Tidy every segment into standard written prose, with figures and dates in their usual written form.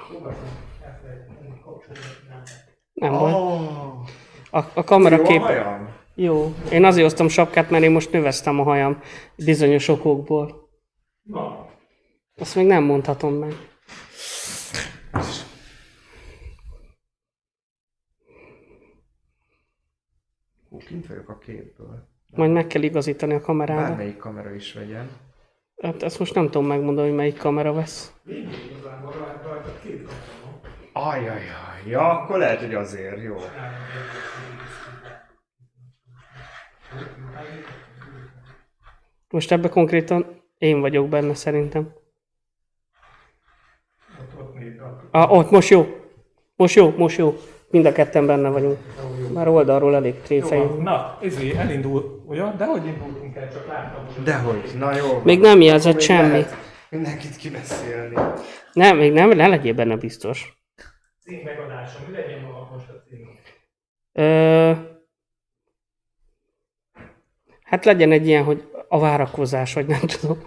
Nem volt. A kamerakép... Jó. Én azért hoztam sapkát, mert én most növeztem a hajam bizonyos okokból. Azt még nem mondhatom meg. Kint vagyok a képből. Majd meg kell igazítani a kamerádat. Bármelyik kamera is vegyen. Hát ezt most nem tudom megmondani, hogy melyik kamera vesz. Ajajaj, ja, akkor lehet, hogy azért, jó. Most ebben konkrétan én vagyok benne szerintem. Ott most jó. Most jó. Mind a ketten benne vagyunk. Már oldalról elég tréfejünk. Na, elindul, ugye? Dehogy indultunk el, csak láttam. Dehogy, na jó. Még nem jelzett semmi. Mindenkit kibeszélni. Nem, még nem, ne legyél benne biztos. Cím megadása, mi legyen most a cím? Hát legyen egy ilyen, hogy a várakozás, vagy nem tudom.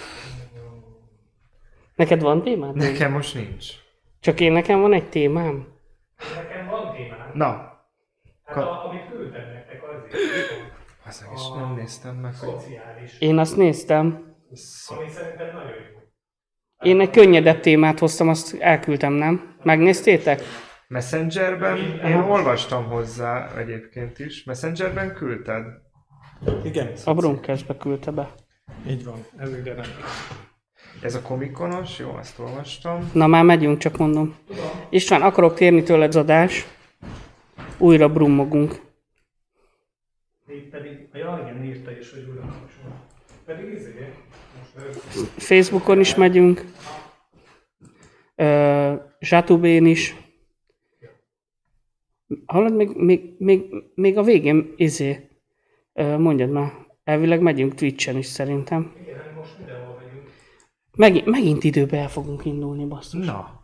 Neked van témád? Nekem most nincs. Csak nekem van egy témám. Nekem van témám. Na. Hát amit küldtem nektek azért. És nem néztem meg, hogy... Szociális. Én azt néztem. Ami szerintem nagyon jó. Én egy könnyedebb témát hoztam, azt elküldtem, nem? Megnéztétek? Messengerben én olvastam hozzá egyébként is. Messengerben küldted? Igen. A Bromcastbe küldte be. Így van, ez ide nem. Ez a komikonos, jó, ezt olvastam. Na már megyünk, csak mondom. István, akarok kérni tőled Zadás. Újra brummogunk. Még pedig, igen, írta is, hogy újra kapcsolom. Pedig Facebookon is megyünk. Zsátubén is. Hallod, még a végén mondjad már, elvileg megyünk Twitch-en is szerintem. Igen, most mindenhol megyünk. Megint időbe el fogunk indulni, basszus. Na.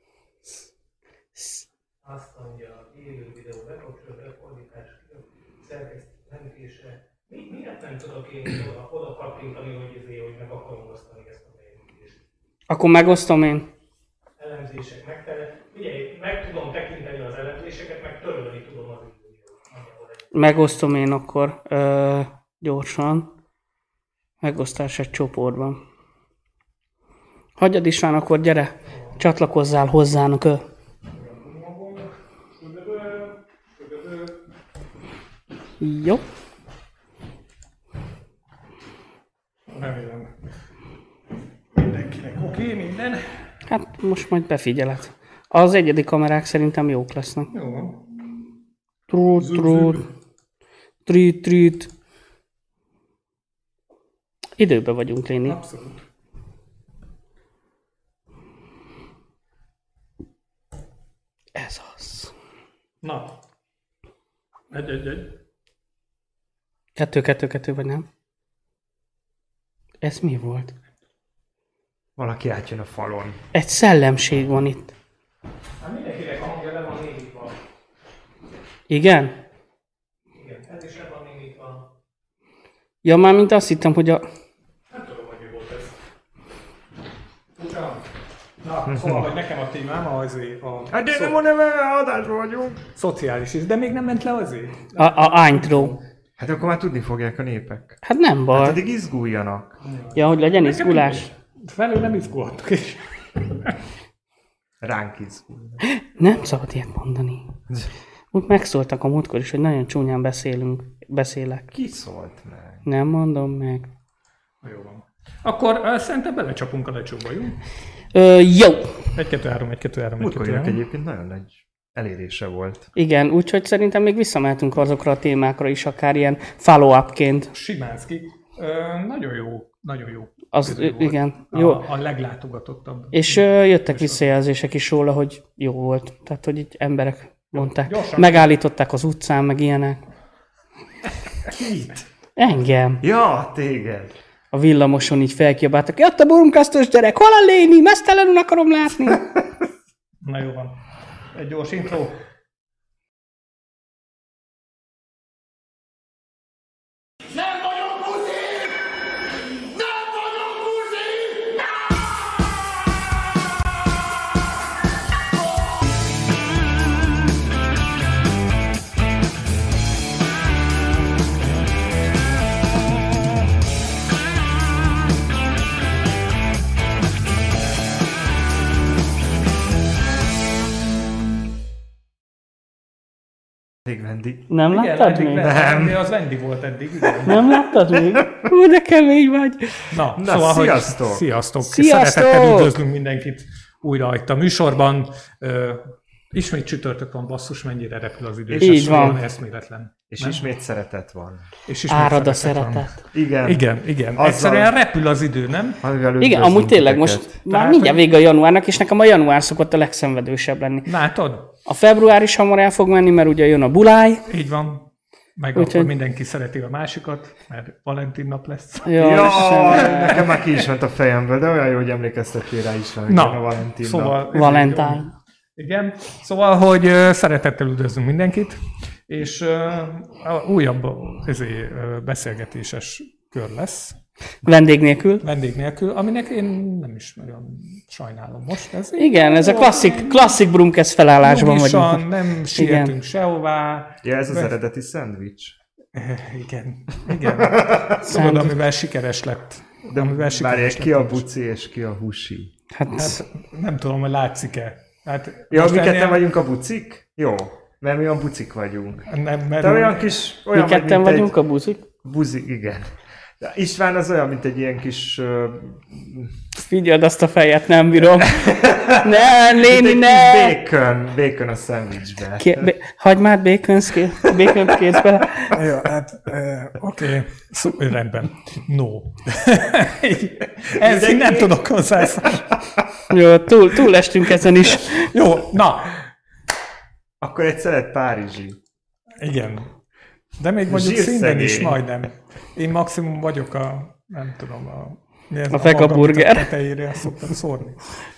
Azt mondja, élő videó bekapcsolva, fordítás, szerkesztésre. Miért nem tudok én oda kattintani, hogy meg akarom osztani ezt a bejelentést? Akkor megosztom én. Elemzések megfelelően. Figyelj, meg tudom tekinteni az elemzéseket, meg törölni tudom az időt. Megosztom én akkor gyorsan. Megosztás egy csoportban. Hagyjad István, akkor gyere, csatlakozzál hozzánk. Jó. Remélem. Mindenkinek oké, minden. Hát most majd befigyeled. Az egyedi kamerák szerintem jók lesznek. Jó van. Trút. Időben vagyunk, Léni. Abszolút. Ez az. Na. Egy. 2 vagy nem? Ez mi volt? Valaki átjön a falon. Egy szellemség van itt. Hát mindenkinek a hangja le van némítva. Igen? Igen, ez is le van némítva. Ja, már mint azt hittem, hogy a... Nem tudom, hogy mi volt ez. Ugyan. Na, szóval, hogy nekem a témám azért a... Hát de nem mondom, adásban vagyunk. Szociális is, de még nem ment le azért? A intro. Hát akkor már tudni fogják a népek. Hát nem baj. Hát addig izguljanak. Ja, hogy legyen izgulás. Felül nem izgulhattok is. Ránk izgulnak. Nem szabad ilyet mondani. Úgy megszóltak a múltkor is, hogy nagyon csúnyán beszélek. Ki szólt meg? Nem mondom meg. Jó van. Akkor szerintem belecsapunk a lecsóba, jó? Jó! 1-2-3. Múltkorinak egyébként nagyon nagy elérése volt. Igen, úgyhogy szerintem még visszamehetünk azokra a témákra is, akár ilyen follow-upként. Simánszki. Nagyon jó. Igen, jó. A leglátogatottabb. És jöttek visszajelzések is róla, hogy jó volt. Tehát, hogy így emberek mondták. Gyorsan. Megállították az utcán, meg ilyenek. Kit? Engem. Ja, téged. A villamoson így felkiabáltak. Jött a burumkasztos gyerek, hol a Léni? Mesztelenül akarom látni. Na jó van. Egy gyors intro. Még Vendi. Nem láttad még? Nem. Az Vendi volt eddig. Igen. Nem láttad még? Hú, de kemény vagy. Na szóval, sziasztok! hogy... Sziasztok! Sziasztok! Szeretettel üdvözlünk mindenkit újra itt a műsorban. Ismét csütörtök van, basszus, mennyire repül az idő. Így van. Eszméletlen. És nem? ismét szeretet van. És ismét Árad a szeretet szeretet. Igen. Igen. Azzal... Egyszerűen repül az idő, nem? Igen, amúgy tényleg most már mindjárt vége a januárnak, és nekem a január szokott a legszenvedősebb lenni. Látod? A február is hamar el fog menni, mert ugye jön a buláj. Így van. Meg Úgyhogy... akkor mindenki szereti a másikat, mert Valentin nap lesz. Nekem már ki is ment a fejemből, de olyan jó, hogy emlékeztettél rá is, hogy a Valentin szóval nap. Valentine. Igen, szóval, hogy szeretettel üdvözlünk mindenkit, és újabb beszélgetéses kör lesz. Vendég nélkül. Vendég nélkül, aminek én nem is nagyon sajnálom most. Ez igen, ez a klasszik Brumkesz felállásban vagyunk. Nem sietünk sehová. Ja, ez az eredeti szendvics. Igen. Tudod, amivel sikeres lett. De várják, ki a buci és ki a husi? Hát nem tudom, hogy látszik-e. Hát ja, mi ketten vagyunk a bucik? Jó, mert mi olyan bucik vagyunk. Nem, mert te olyan kis... Olyan mi ketten vagyunk a buzik? Buzik, igen. De István az olyan, mint egy ilyen kis... Figyeld azt a fejet, nem bírom. Ne, Léni, ne! Bacon a szendvicsbe. Hagyd már bacon kész bele. Jó, hát oké. Rendben. No. Ez én nem tudok hozzászólni. Jó, túl estünk ezen is. Jó, na. Akkor egy szelet párizsi. Igen. De még mondjuk színben is majdnem. Én maximum vagyok nem tudom, a fekaburger. Tetejére szoktam szórni.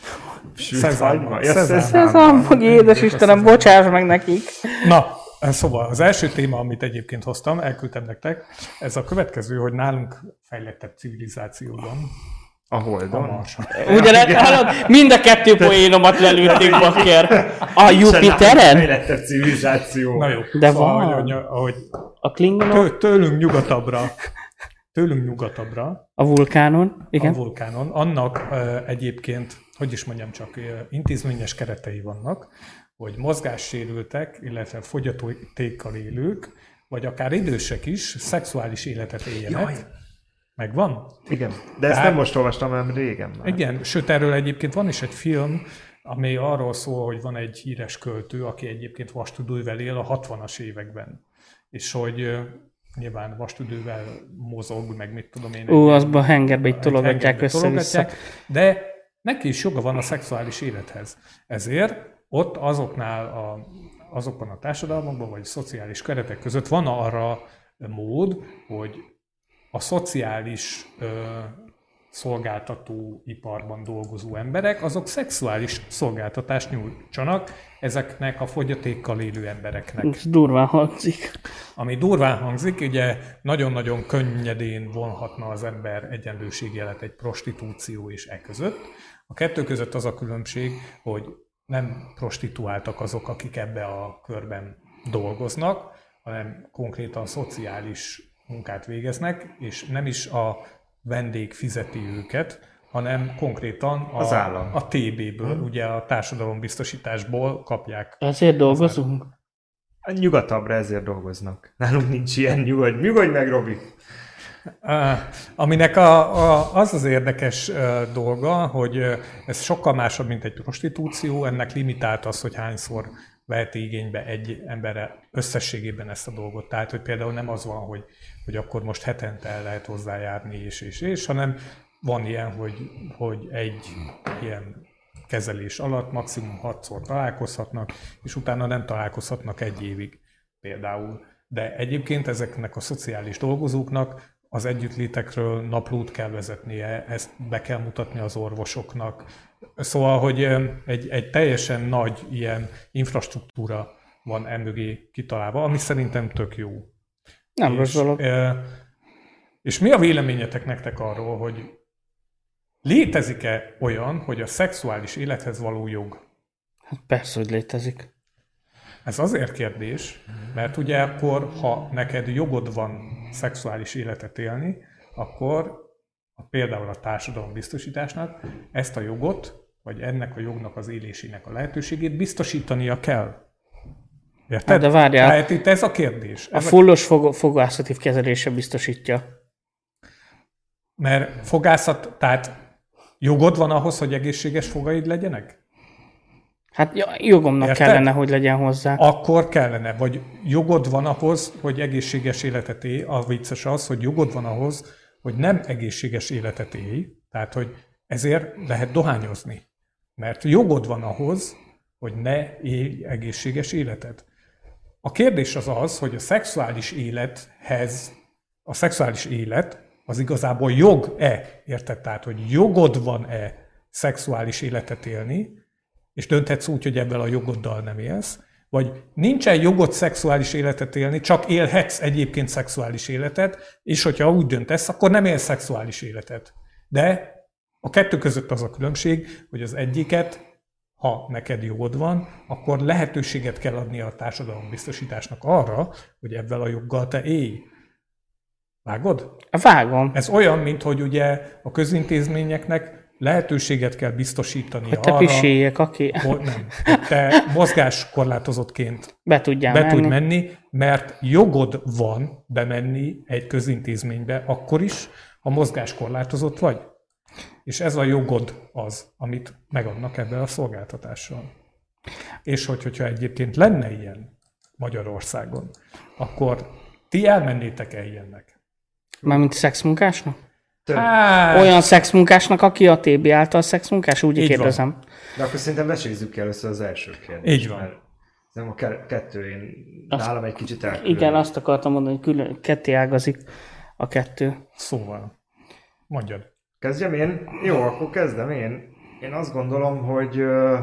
Szezám, hogy édes Istenem, bocsáss meg nekik. Na, szóval az első téma, amit egyébként hoztam, elküldtem nektek, ez a következő, hogy nálunk fejlettebb civilizációban. A Holdon. Ugyanez, mind a kettő poénomat lelőtték, bakker. A Jupiteren? Fejlettebb civilizáció. Na jó. De szóval, van. ahogy a Klingonok? Tőlünk nyugatabbra. A vulkánon, igen. A vulkánon. Annak egyébként, hogy is mondjam, csak intézményes keretei vannak, hogy mozgássérültek, illetve fogyatékkal élők, vagy akár idősek is szexuális életet éljenek. Jaj. Megvan? Igen, de ezt nem most olvastam, hanem régen már. Igen, sőt erről egyébként van is egy film, ami arról szól, hogy van egy híres költő, aki egyébként vastudővel él a 60-as években. És hogy nyilván vastudővel mozog, meg mit tudom én. Azban a hengerbe így tologatják össze-vissza. De neki is joga van a szexuális élethez. Ezért ott azokban a társadalmakban, vagy szociális keretek között van arra mód, hogy a szociális szolgáltatóiparban dolgozó emberek, azok szexuális szolgáltatást nyújtsanak ezeknek a fogyatékkal élő embereknek. Ez durván hangzik. Ami durván hangzik, ugye nagyon-nagyon könnyedén vonhatna az ember egyenlőségjelet egy prostitúció és között. A kettő között az a különbség, hogy nem prostituáltak azok, akik ebbe a körben dolgoznak, hanem konkrétan szociális munkát végeznek, és nem is a vendég fizeti őket, hanem konkrétan az állam. A TB-ből, ugye a társadalombiztosításból kapják. Ezért dolgozunk? Nyugatabbra ezért dolgoznak. Nálunk nincs ilyen nyugodj meg, Robi! Aminek az érdekes dolga, hogy ez sokkal másabb, mint egy prostitúció, ennek limitált az, hogy hányszor veheti igénybe egy emberre összességében ezt a dolgot. Tehát, hogy például nem az van, hogy akkor most hetente el lehet hozzájárni, és, hanem van ilyen, hogy egy ilyen kezelés alatt maximum 6-szor találkozhatnak, és utána nem találkozhatnak egy évig például. De egyébként ezeknek a szociális dolgozóknak az együttlétekről naplót kell vezetnie, ezt be kell mutatni az orvosoknak. Szóval, hogy egy teljesen nagy ilyen infrastruktúra van emögé kitalálva, ami szerintem tök jó. Nem rossz dolog. És mi a véleményetek nektek arról, hogy létezik-e olyan, hogy a szexuális élethez való jog? Hát persze, hogy létezik. Ez azért kérdés, mert ugye akkor, ha neked jogod van szexuális életet élni, akkor például a társadalombiztosításnak ezt a jogot, vagy ennek a jognak az élésének a lehetőségét biztosítania kell. Érted? De várjál. Tehát itt ez a kérdés. A fullos fogászatív kezelése biztosítja. Mert fogászat, tehát jogod van ahhoz, hogy egészséges fogaid legyenek? Hát jogomnak Érted? kellene, hogy legyen hozzá. Akkor kellene, vagy jogod van ahhoz, hogy egészséges életet élj, a vicces az, hogy jogod van ahhoz, hogy nem egészséges életet élj, tehát hogy ezért lehet dohányozni. Mert jogod van ahhoz, hogy ne élj egészséges életet. A kérdés az az, hogy a szexuális élet az igazából jog-e, érted? Tehát, hogy jogod van-e szexuális életet élni, és dönthetsz úgy, hogy ebből a jogoddal nem élsz, vagy nincsen jogod szexuális életet élni, csak élhetsz egyébként szexuális életet, és hogyha úgy döntesz, akkor nem élsz szexuális életet. De a kettő között az a különbség, hogy az egyiket, ha neked jogod van, akkor lehetőséget kell adni a társadalombiztosításnak arra, hogy ebben a joggal te élj. Vágod? Vágom. Ez olyan, mint hogy ugye a közintézményeknek lehetőséget kell biztosítani hogy te arra, piséljek, aki hogy te mozgáskorlátozottként be tudjál be menni. tudj menni, mert jogod van bemenni egy közintézménybe akkor is, ha mozgáskorlátozott vagy. És ez a jogod az, amit megadnak ebben a szolgáltatással. És hogyha egyébként lenne ilyen Magyarországon, akkor ti elmennétek-e ilyennek? Mármint szexmunkásnak? Hát, Olyan szexmunkásnak, aki a TB által szexmunkás? Úgy Így kérdezem. De akkor szerintem vesézzük ki először az első kérdést. Így van. Mert nem a kettő, én nálam egy kicsit elkülön. Igen, azt akartam mondani, hogy ketté ágazik a kettő. szóval, mondjad. Kezdjem én? Jó, akkor kezdem én. Én azt gondolom, hogy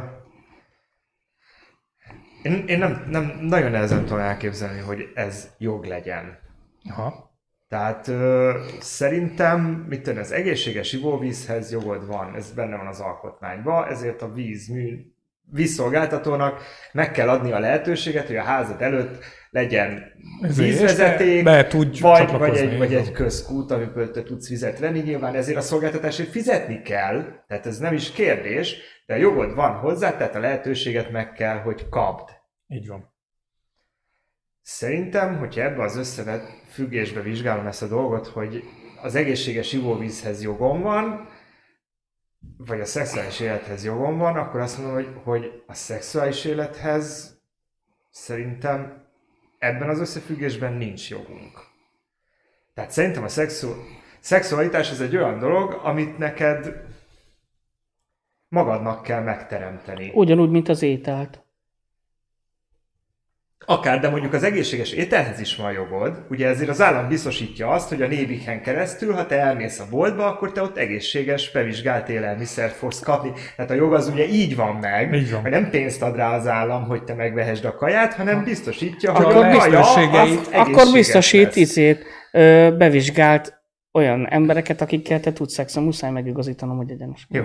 én nem nagyon nehezen tudom elképzelni, hogy ez jog legyen. Aha. Tehát szerintem, mit tudom, az egészséges ivóvízhez jogod van, ez benne van az alkotmányban, ezért a vízszolgáltatónak meg kell adni a lehetőséget, hogy a házad előtt legyen vízvezeték, vagy egy közkút, amiből te tudsz vizet venni. Nyilván ezért a szolgáltatásért fizetni kell, tehát ez nem is kérdés, de a jogod van hozzá, tehát a lehetőséget meg kell, hogy kapd. Így van. Szerintem, hogyha ebbe az összefüggésbe vizsgálom ezt a dolgot, hogy az egészséges ivóvízhez jogom van, vagy a szexuális élethez jogom van, akkor azt mondom, hogy a szexuális élethez szerintem ebben az összefüggésben nincs jogunk. Tehát szerintem a szexualitás az egy olyan dolog, amit neked magadnak kell megteremteni. Ugyanúgy, mint az ételt. Akár, de mondjuk az egészséges ételhez is van jogod. Ugye ezért az állam biztosítja azt, hogy a néviken keresztül, ha te elmész a boltba, akkor te ott egészséges, bevizsgált élelmiszert fogsz kapni. Tehát a jog az ugye így van meg, hogy nem pénzt ad rá az állam, hogy te megvehesd a kaját, hanem biztosítja, hogy a kaja az egészséges akkor biztosít lesz. bevizsgált olyan embereket, akikkel te tudsz szexelni. Muszáj megigazítanom, hogy egyenes. Jó.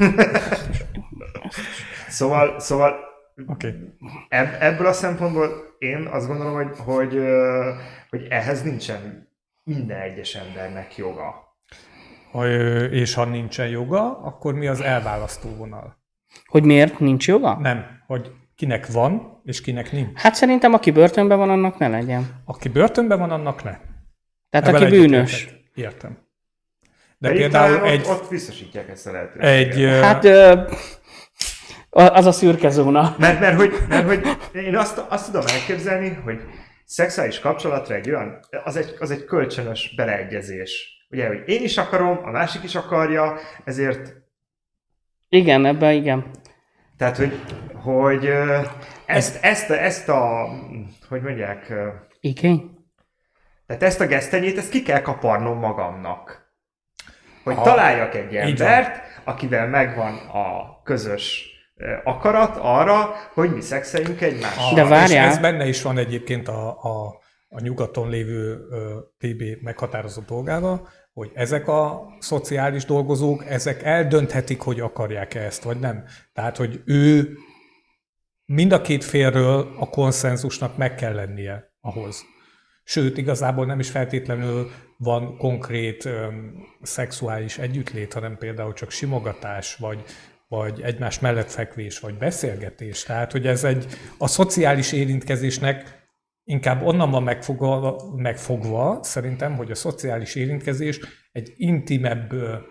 Szóval Okay. Ebből a szempontból én azt gondolom, hogy ehhez nincsen minden egyes embernek joga. És ha nincsen joga, akkor mi az elválasztó vonal? Hogy miért nincs joga? Nem, hogy kinek van, és kinek nincs. Hát szerintem, aki börtönben van, annak ne legyen. Aki börtönben van, annak ne. Tehát Ebben aki bűnös. Értem. De Pedig például ott biztosítják ezt a lehetőséget. Hát az a szürke zóna. Mert hogy én azt tudom elképzelni, hogy szexuális kapcsolatra egy olyan, az egy kölcsönös beleegyezés. Ugye, hogy én is akarom, a másik is akarja, ezért... Igen, ebben igen. Tehát, hogy ezt a hogy mondják... Igény? Tehát ezt a gesztenyét, ezt ki kell kaparnom magamnak. Hogy találjak egy embert, akivel megvan a közös akarat arra, hogy mi szexeljünk egymással. De várjál. És ez benne is van egyébként a nyugaton lévő TB meghatározott dolgával, hogy ezek a szociális dolgozók, ezek eldönthetik, hogy akarják-e ezt, vagy nem. Tehát, hogy ő mind a két félről a konszenzusnak meg kell lennie ahhoz. Sőt, igazából nem is feltétlenül van konkrét szexuális együttlét, hanem például csak simogatás, vagy egymás mellett fekvés, vagy beszélgetés. Tehát, hogy ez a szociális érintkezésnek inkább onnan van megfogva szerintem, hogy a szociális érintkezés egy intimebb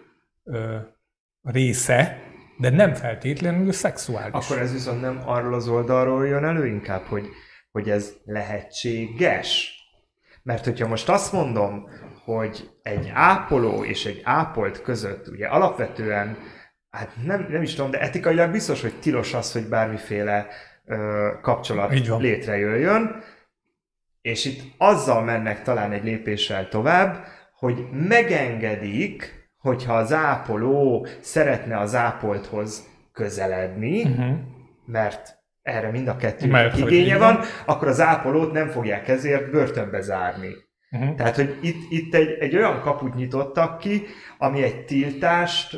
része, de nem feltétlenül szexuális. Akkor ez viszont nem arról az oldalról jön elő inkább, hogy ez lehetséges. Mert hogyha most azt mondom, hogy egy ápoló és egy ápolt között ugye alapvetően, hát nem is tudom, de etikailag biztos, hogy tilos az, hogy bármiféle kapcsolat létrejöjjön, és itt azzal mennek talán egy lépéssel tovább, hogy megengedik, hogyha az ápoló szeretne az ápolthoz közeledni, mert erre mind a kettőnek igénye van, akkor az ápolót nem fogják ezért börtönbe zárni. Tehát, hogy itt egy olyan kaput nyitottak ki, ami egy tiltást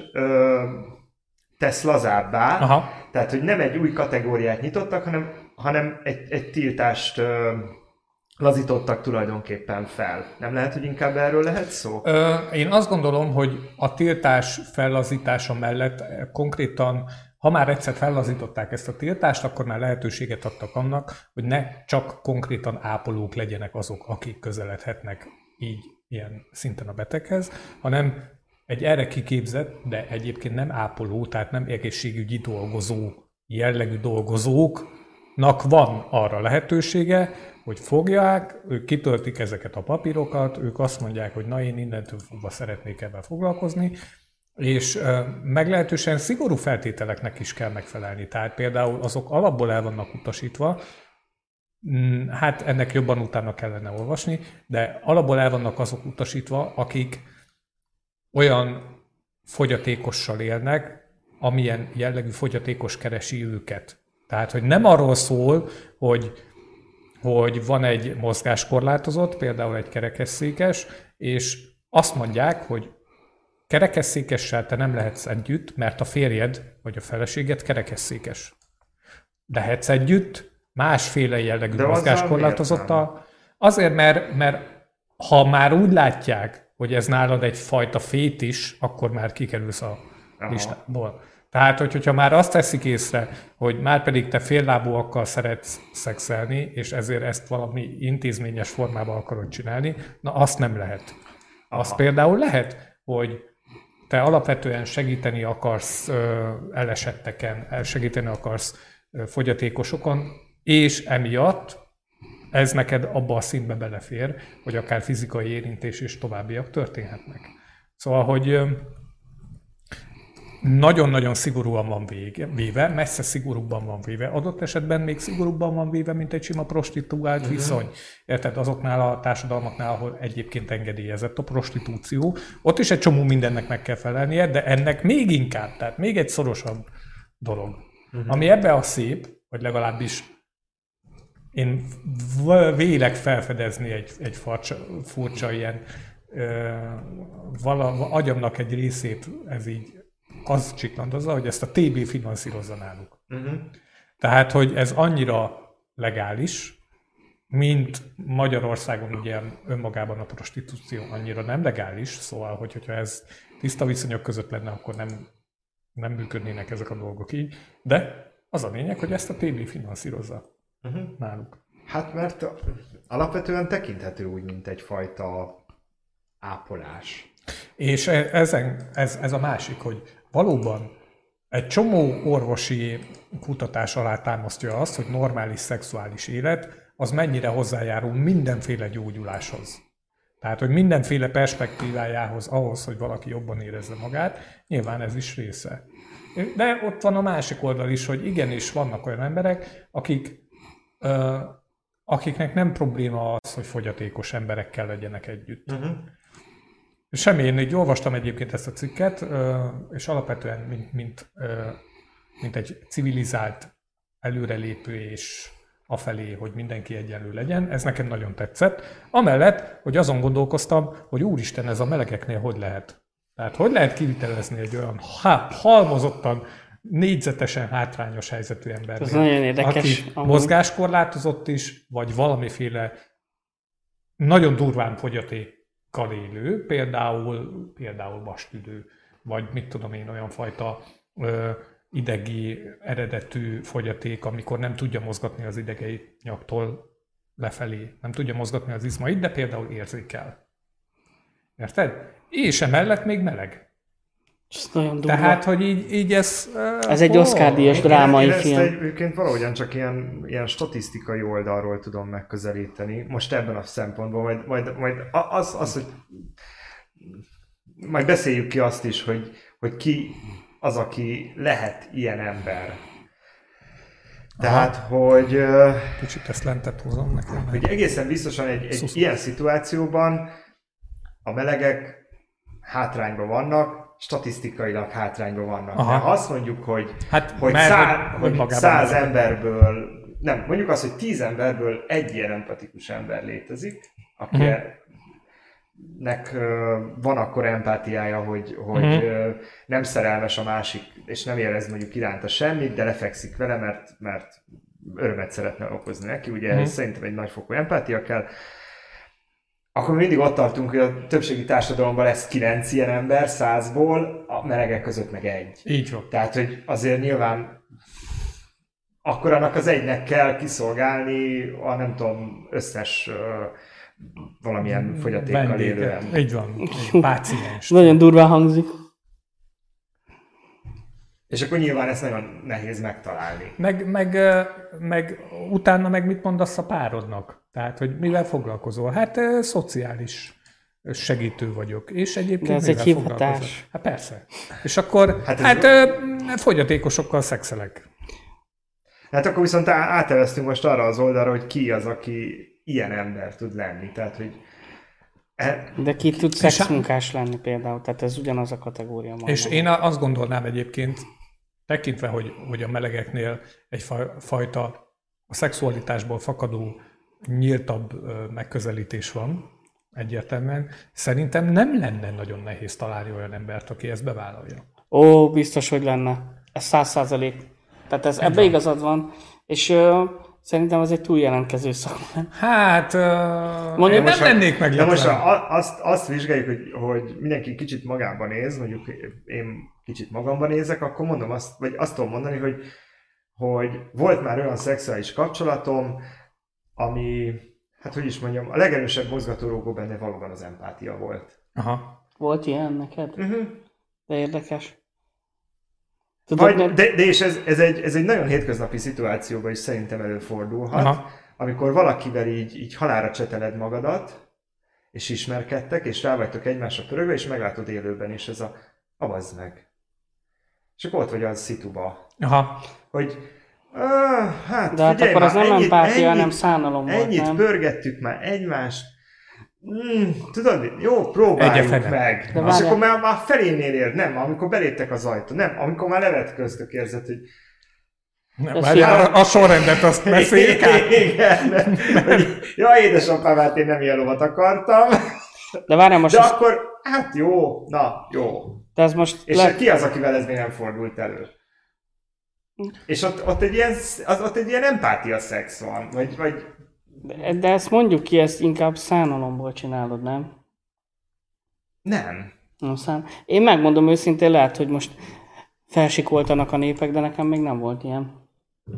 tesz lazábbá. Aha. Tehát, hogy nem egy új kategóriát nyitottak, hanem egy tiltást lazítottak tulajdonképpen fel. Nem lehet, hogy inkább erről lehet szó? Én azt gondolom, hogy a tiltás fellazítása mellett konkrétan, ha már egyszer fellazították ezt a tiltást, akkor már lehetőséget adtak annak, hogy ne csak konkrétan ápolók legyenek azok, akik közeledhetnek így ilyen szinten a beteghez, hanem egy erre kiképzett, de egyébként nem ápoló, tehát nem egészségügyi dolgozó jellegű dolgozóknak van arra lehetősége, hogy fogják, ők kitöltik ezeket a papírokat, ők azt mondják, hogy na én innentől fogva szeretnék ebben foglalkozni, és meglehetősen szigorú feltételeknek is kell megfelelni. Tehát például azok alapból el vannak utasítva, hát ennek jobban utána kellene olvasni, de alapból el vannak azok utasítva, akik olyan fogyatékossal élnek, amilyen jellegű fogyatékos keresi őket. Tehát, hogy nem arról szól, hogy van egy mozgáskorlátozott, például egy kerekesszékes, és azt mondják, hogy kerekesszékessel te nem lehetsz együtt, mert a férjed vagy a feleséged kerekesszékes. Lehetsz együtt másféle jellegű mozgáskorlátozottal. Azért, mert ha már úgy látják, hogy ez nálad egyfajta fétis, akkor már kikerülsz a listából. Tehát, hogyha már azt teszik észre, hogy már pedig te féllábúakkal szeretsz szexelni, és ezért ezt valami intézményes formában akarod csinálni, na azt nem lehet. Az például lehet, hogy te alapvetően segíteni akarsz elesetteken, segíteni akarsz fogyatékosokon, és emiatt ez neked abba a szintbe belefér, hogy akár fizikai érintés és továbbiak történhetnek. Szóval, hogy nagyon-nagyon szigorúan van véve, messze szigorúbban van véve, adott esetben még szigorúbban van véve, mint egy sima prostituált viszony. Érted? Azoknál a társadalmaknál, ahol egyébként engedélyezett a prostitúció, ott is egy csomó mindennek meg kell felelnie, de ennek még inkább, tehát még egy szorosabb dolog. Ami ebbe a szép, vagy legalábbis én vélek felfedezni egy furcsa ilyen agyamnak egy részét, ez így az csiklandozza, hogy ezt a TB finanszírozza náluk. Tehát, hogy ez annyira legális, mint Magyarországon ugye önmagában a prostitúció annyira nem legális, szóval, hogyha ez tiszta viszonyok között lenne, akkor nem működnének ezek a dolgok így, de az a lényeg, hogy ezt a TB finanszírozza náluk. Hát mert alapvetően tekinthető úgy, mint egyfajta ápolás. És ez a másik, hogy valóban egy csomó orvosi kutatás alá támasztja azt, hogy normális szexuális élet az mennyire hozzájárul mindenféle gyógyuláshoz. Tehát, hogy mindenféle perspektívájához, ahhoz, hogy valaki jobban érezze magát, nyilván ez is része. De ott van a másik oldal is, hogy igenis vannak olyan emberek, akiknek nem probléma az, hogy fogyatékos emberekkel legyenek együtt. Semmi, én így olvastam egyébként ezt a cikket, és alapvetően mint egy civilizált előrelépő és afelé, hogy mindenki egyenlő legyen, ez nekem nagyon tetszett. Amellett, hogy azon gondolkoztam, hogy úristen, ez a melegeknél hogy lehet? Tehát hogy lehet kivitelezni egy olyan halmozottan, négyzetesen hátrányos helyzetű embernél, aki mozgáskorlátozott is, vagy valamiféle nagyon durván fogyatékkal élő, például vastüdő, vagy mit tudom én, olyan fajta idegi eredetű fogyaték, amikor nem tudja mozgatni az idegeit nyaktól lefelé, nem tudja mozgatni az izmait, de például érzékel. Érted? És emellett még meleg. Ez nagyon durva. Tehát, hogy így ez... Ez egy Oscar-díjas drámai film. Ezt egyébként valahogyan csak ilyen statisztikai oldalról tudom megközelíteni. Most ebben a szempontból, majd hogy majd beszéljük ki azt is, hogy ki az, aki lehet ilyen ember. Tehát, hogy... Kicsit ezt lentett hozom nekem. Hogy egészen biztosan egy ilyen szituációban a melegek hátrányban vannak, statisztikailag hátrányban vannak. De ha azt mondjuk, hogy 100 emberből, nem, mondjuk azt, hogy 10 emberből egy ilyen empatikus ember létezik, akinek van akkor empátiája, hogy nem szerelmes a másik, és nem érez mondjuk iránta semmit, de lefekszik vele, mert örömet szeretne okozni neki. Ugye szerintem egy nagyfokú empátia kell. Akkor mindig ott tartunk, hogy a többségi társadalomban lesz 9 ilyen ember 100-ból, a melegek között meg egy. Így van. Tehát, hogy azért nyilván akkor annak az egynek kell kiszolgálni a nem tudom, összes valamilyen fogyatékkal élően. Így van, egy páciens. Nagyon durván hangzik. És akkor nyilván ezt nagyon nehéz megtalálni. Meg utána meg mit mondasz a párodnak? Tehát, hogy mivel foglalkozol? Hát szociális segítő vagyok. És egyébként de ez egy hivatás. Hát persze. És akkor fogyatékosokkal szexelek. Hát akkor viszont áteveztünk most arra az oldalra, hogy ki az, aki ilyen ember tud lenni. Tehát, hogy de ki tud szexmunkás lenni például, tehát ez ugyanaz a kategória. Majdnem. És én azt gondolnám egyébként, tekintve, hogy a melegeknél egyfajta a szexualitásból fakadó nyíltabb megközelítés van, egyértelműen, szerintem nem lenne nagyon nehéz találni olyan embert, aki ezt bevállalja. Ó, biztos, hogy lenne. Ez 100%. Tehát ebbe igazad van, és szerintem ez egy túljelentkező szakma. Hát, mondjuk nem lennék meglepve. De most azt vizsgáljuk, hogy mindenki kicsit magában néz, mondjuk én kicsit magamban nézek, akkor mondom azt tudom mondani, hogy volt már olyan szexuális kapcsolatom, ami, hát hogy is mondjam, a legerősebb mozgatórugó benne valóban az empátia volt. Aha. Volt ilyen neked? De érdekes. Tudod, de és ez egy nagyon hétköznapi szituációban is szerintem előfordulhat, aha, amikor valakivel így halálra cseteled magadat, és ismerkedtek, és rá vagytok egymásra pörögve, és meglátod élőben, és ez avazd meg. És akkor ott vagy az szituba. Aha. Hogy hát de hát akkor az nem empátia, hanem szánalom volt, ennyit nem? Pörgettük már egymást. Tudod, jó, próbáljuk meg. És akkor már felénél ér, nem, amikor beléptek az ajtó, nem, amikor már levetköztök érzed, hogy... A sorrendet azt beszéljük át. Igen. Ja, édesapám, hát én nem ilyen lovat akartam. De várjál most... De akkor, hát jó, na, jó. De ez most és ki az, akivel ez még nem fordult elő? És ott egy ilyen empátia szex van, vagy... De ezt mondjuk ki, ezt inkább szánalomból csinálod, nem? Nem. Én megmondom őszintén, lehet, hogy most felsikoltanak a népek, de nekem még nem volt ilyen.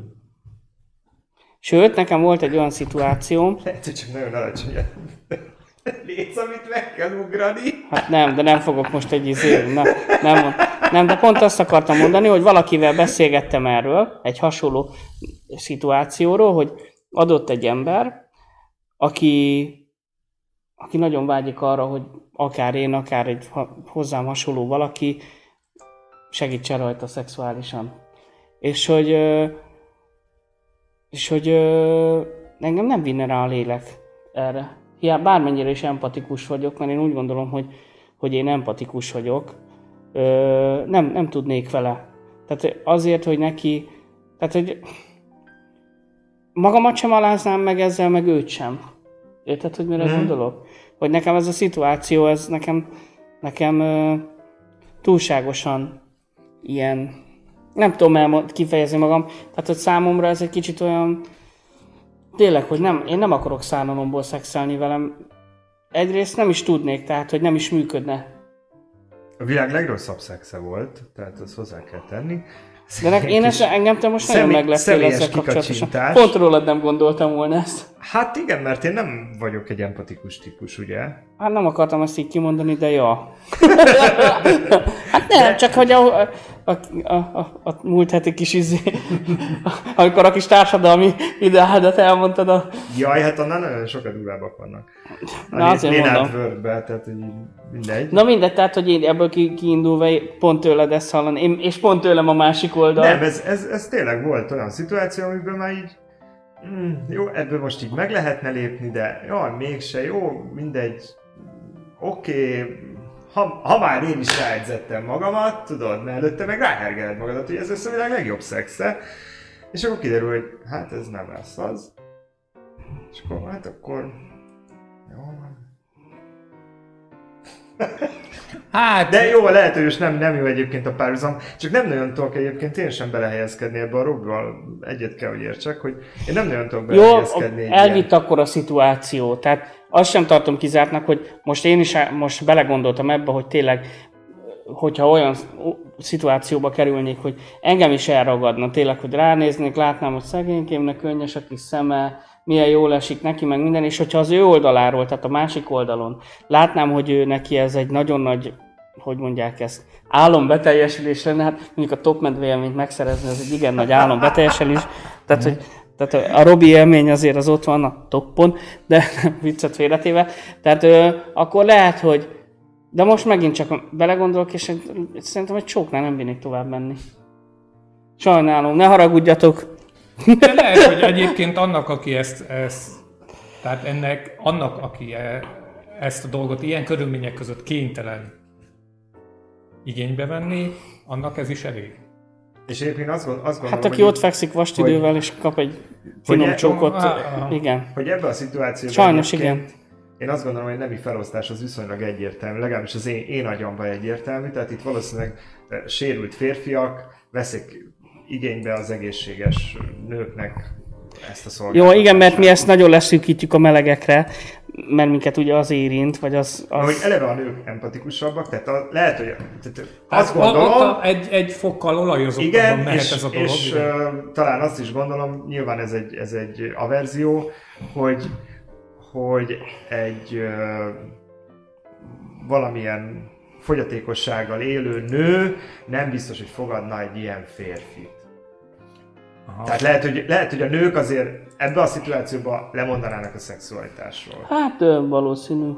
Sőt, nekem volt egy olyan szituációm... Lehet, hogy csak nagyon alacsony. Létsz, amit meg kell ugrani. Hát nem, de nem fogok most nem, de pont azt akartam mondani, hogy valakivel beszélgettem erről, egy hasonló szituációról, hogy adott egy ember, aki nagyon vágyik arra, hogy akár én, akár egy hozzám hasonló valaki segítsen rajta szexuálisan. És hogy engem nem vinne rá a lélek erre. Hiába bármennyire is empatikus vagyok, mert én úgy gondolom, hogy én empatikus vagyok, nem tudnék vele. Tehát azért, hogy neki... Tehát, hogy magamat sem aláznám meg ezzel, meg őt sem. Érted, hogy mire gondolok? Hogy nekem ez a szituáció, ez nekem túlságosan ilyen... Nem tudom kifejezni magam. Tehát, hogy számomra ez egy kicsit olyan... Tényleg, hogy én nem akarok szánalomból szexelni velem. Egyrészt nem is tudnék, tehát, hogy nem is működne. A világ legrosszabb szexe volt, tehát ezt hozzá kell tenni. engem te most nagyon megleptél ezzel kapcsolatosan. Pont rólad nem gondoltam volna ezt. Hát igen, mert én nem vagyok egy empatikus típus, ugye? Hát nem akartam ezt így kimondani, de ja. Hát nem, csak hogy a múlt heti kis amikor a kis társadalmi ideádat elmondtad a... Jaj, hát annál nagyon sokat durvábbak vannak. Na azért mondom. Wordbe, tehát hogy mindegy. Na mindegy, tehát hogy én ebből kiindulva pont tőled ezt hallani, és pont tőlem a másik oldal. Nem, ez tényleg volt olyan szituáció, amiben már így jó, ebből most így meg lehetne lépni, de jaj, mégse, jó, mindegy, oké, ha már én is ráedzettem magamat, tudod, mert előtte meg ráhergeled magadat, hogy ez lesz a világ legjobb szexe, és akkor kiderül, hogy hát ez nem lesz az, és akkor hát akkor jó van. Hát, de jó, lehet, hogy most nem jó egyébként a párhuzam, csak nem nagyon tudok egyébként én sem belehelyezkedni ebbe a Robival, egyet kell, hogy értsek, hogy én nem nagyon tudok belehelyezkedni. Jó, elvitt akkor a szituáció, tehát azt sem tartom kizártnak, hogy most én is most belegondoltam ebbe, hogy tényleg, hogyha olyan szituációba kerülnék, hogy engem is elragadna, tényleg, hogy ránéznék, látnám, hogy szegénykémnek könnyes a kis szeme, milyen jól esik neki, meg minden, és hogyha az ő oldaláról, tehát a másik oldalon látnám, hogy ő neki ez egy nagyon nagy, hogy mondják ezt, álombeteljesülés lenne, hát mondjuk a top medve-élményt megszerezni, ez egy igen nagy álombeteljesülés, tehát a Robi élmény azért az ott van a toppon, de viccet félretéve, tehát akkor lehet, hogy, de most megint csak belegondolok, és szerintem egy csóknál nem bírnék tovább menni. Sajnálom, ne haragudjatok! De lehet, hogy egyébként annak, aki aki ezt a dolgot ilyen körülmények között kénytelen igénybe venni, annak ez is elég. És egyébként azt gondolom, hát aki ott fekszik vastidővel és kap egy finom csókot, igen. Hogy ebben a szituációban sajnos igen. Én azt gondolom, hogy a nemi felosztás az viszonylag egyértelmű, legalábbis az én agyamban egyértelmű, tehát itt valószínűleg sérült férfiak veszik igénybe az egészséges nőknek ezt a szolgáltatást. Jó, igen, mert mi ezt nagyon leszűkítjük a melegekre, mert minket ugye az érint, vagy az... Hogy eleve a nők empatikusabbak, tehát lehet, hogy azt gondolom... Egy fokkal olajozottabban mehet ez a dolog. És talán azt is gondolom, nyilván ez egy averzió, hogy egy valamilyen fogyatékossággal élő nő nem biztos, hogy fogadna egy ilyen férfit. Aha. Tehát lehet, hogy a nők azért ebben a szituációban lemondanának a szexualitásról. Hát valószínű.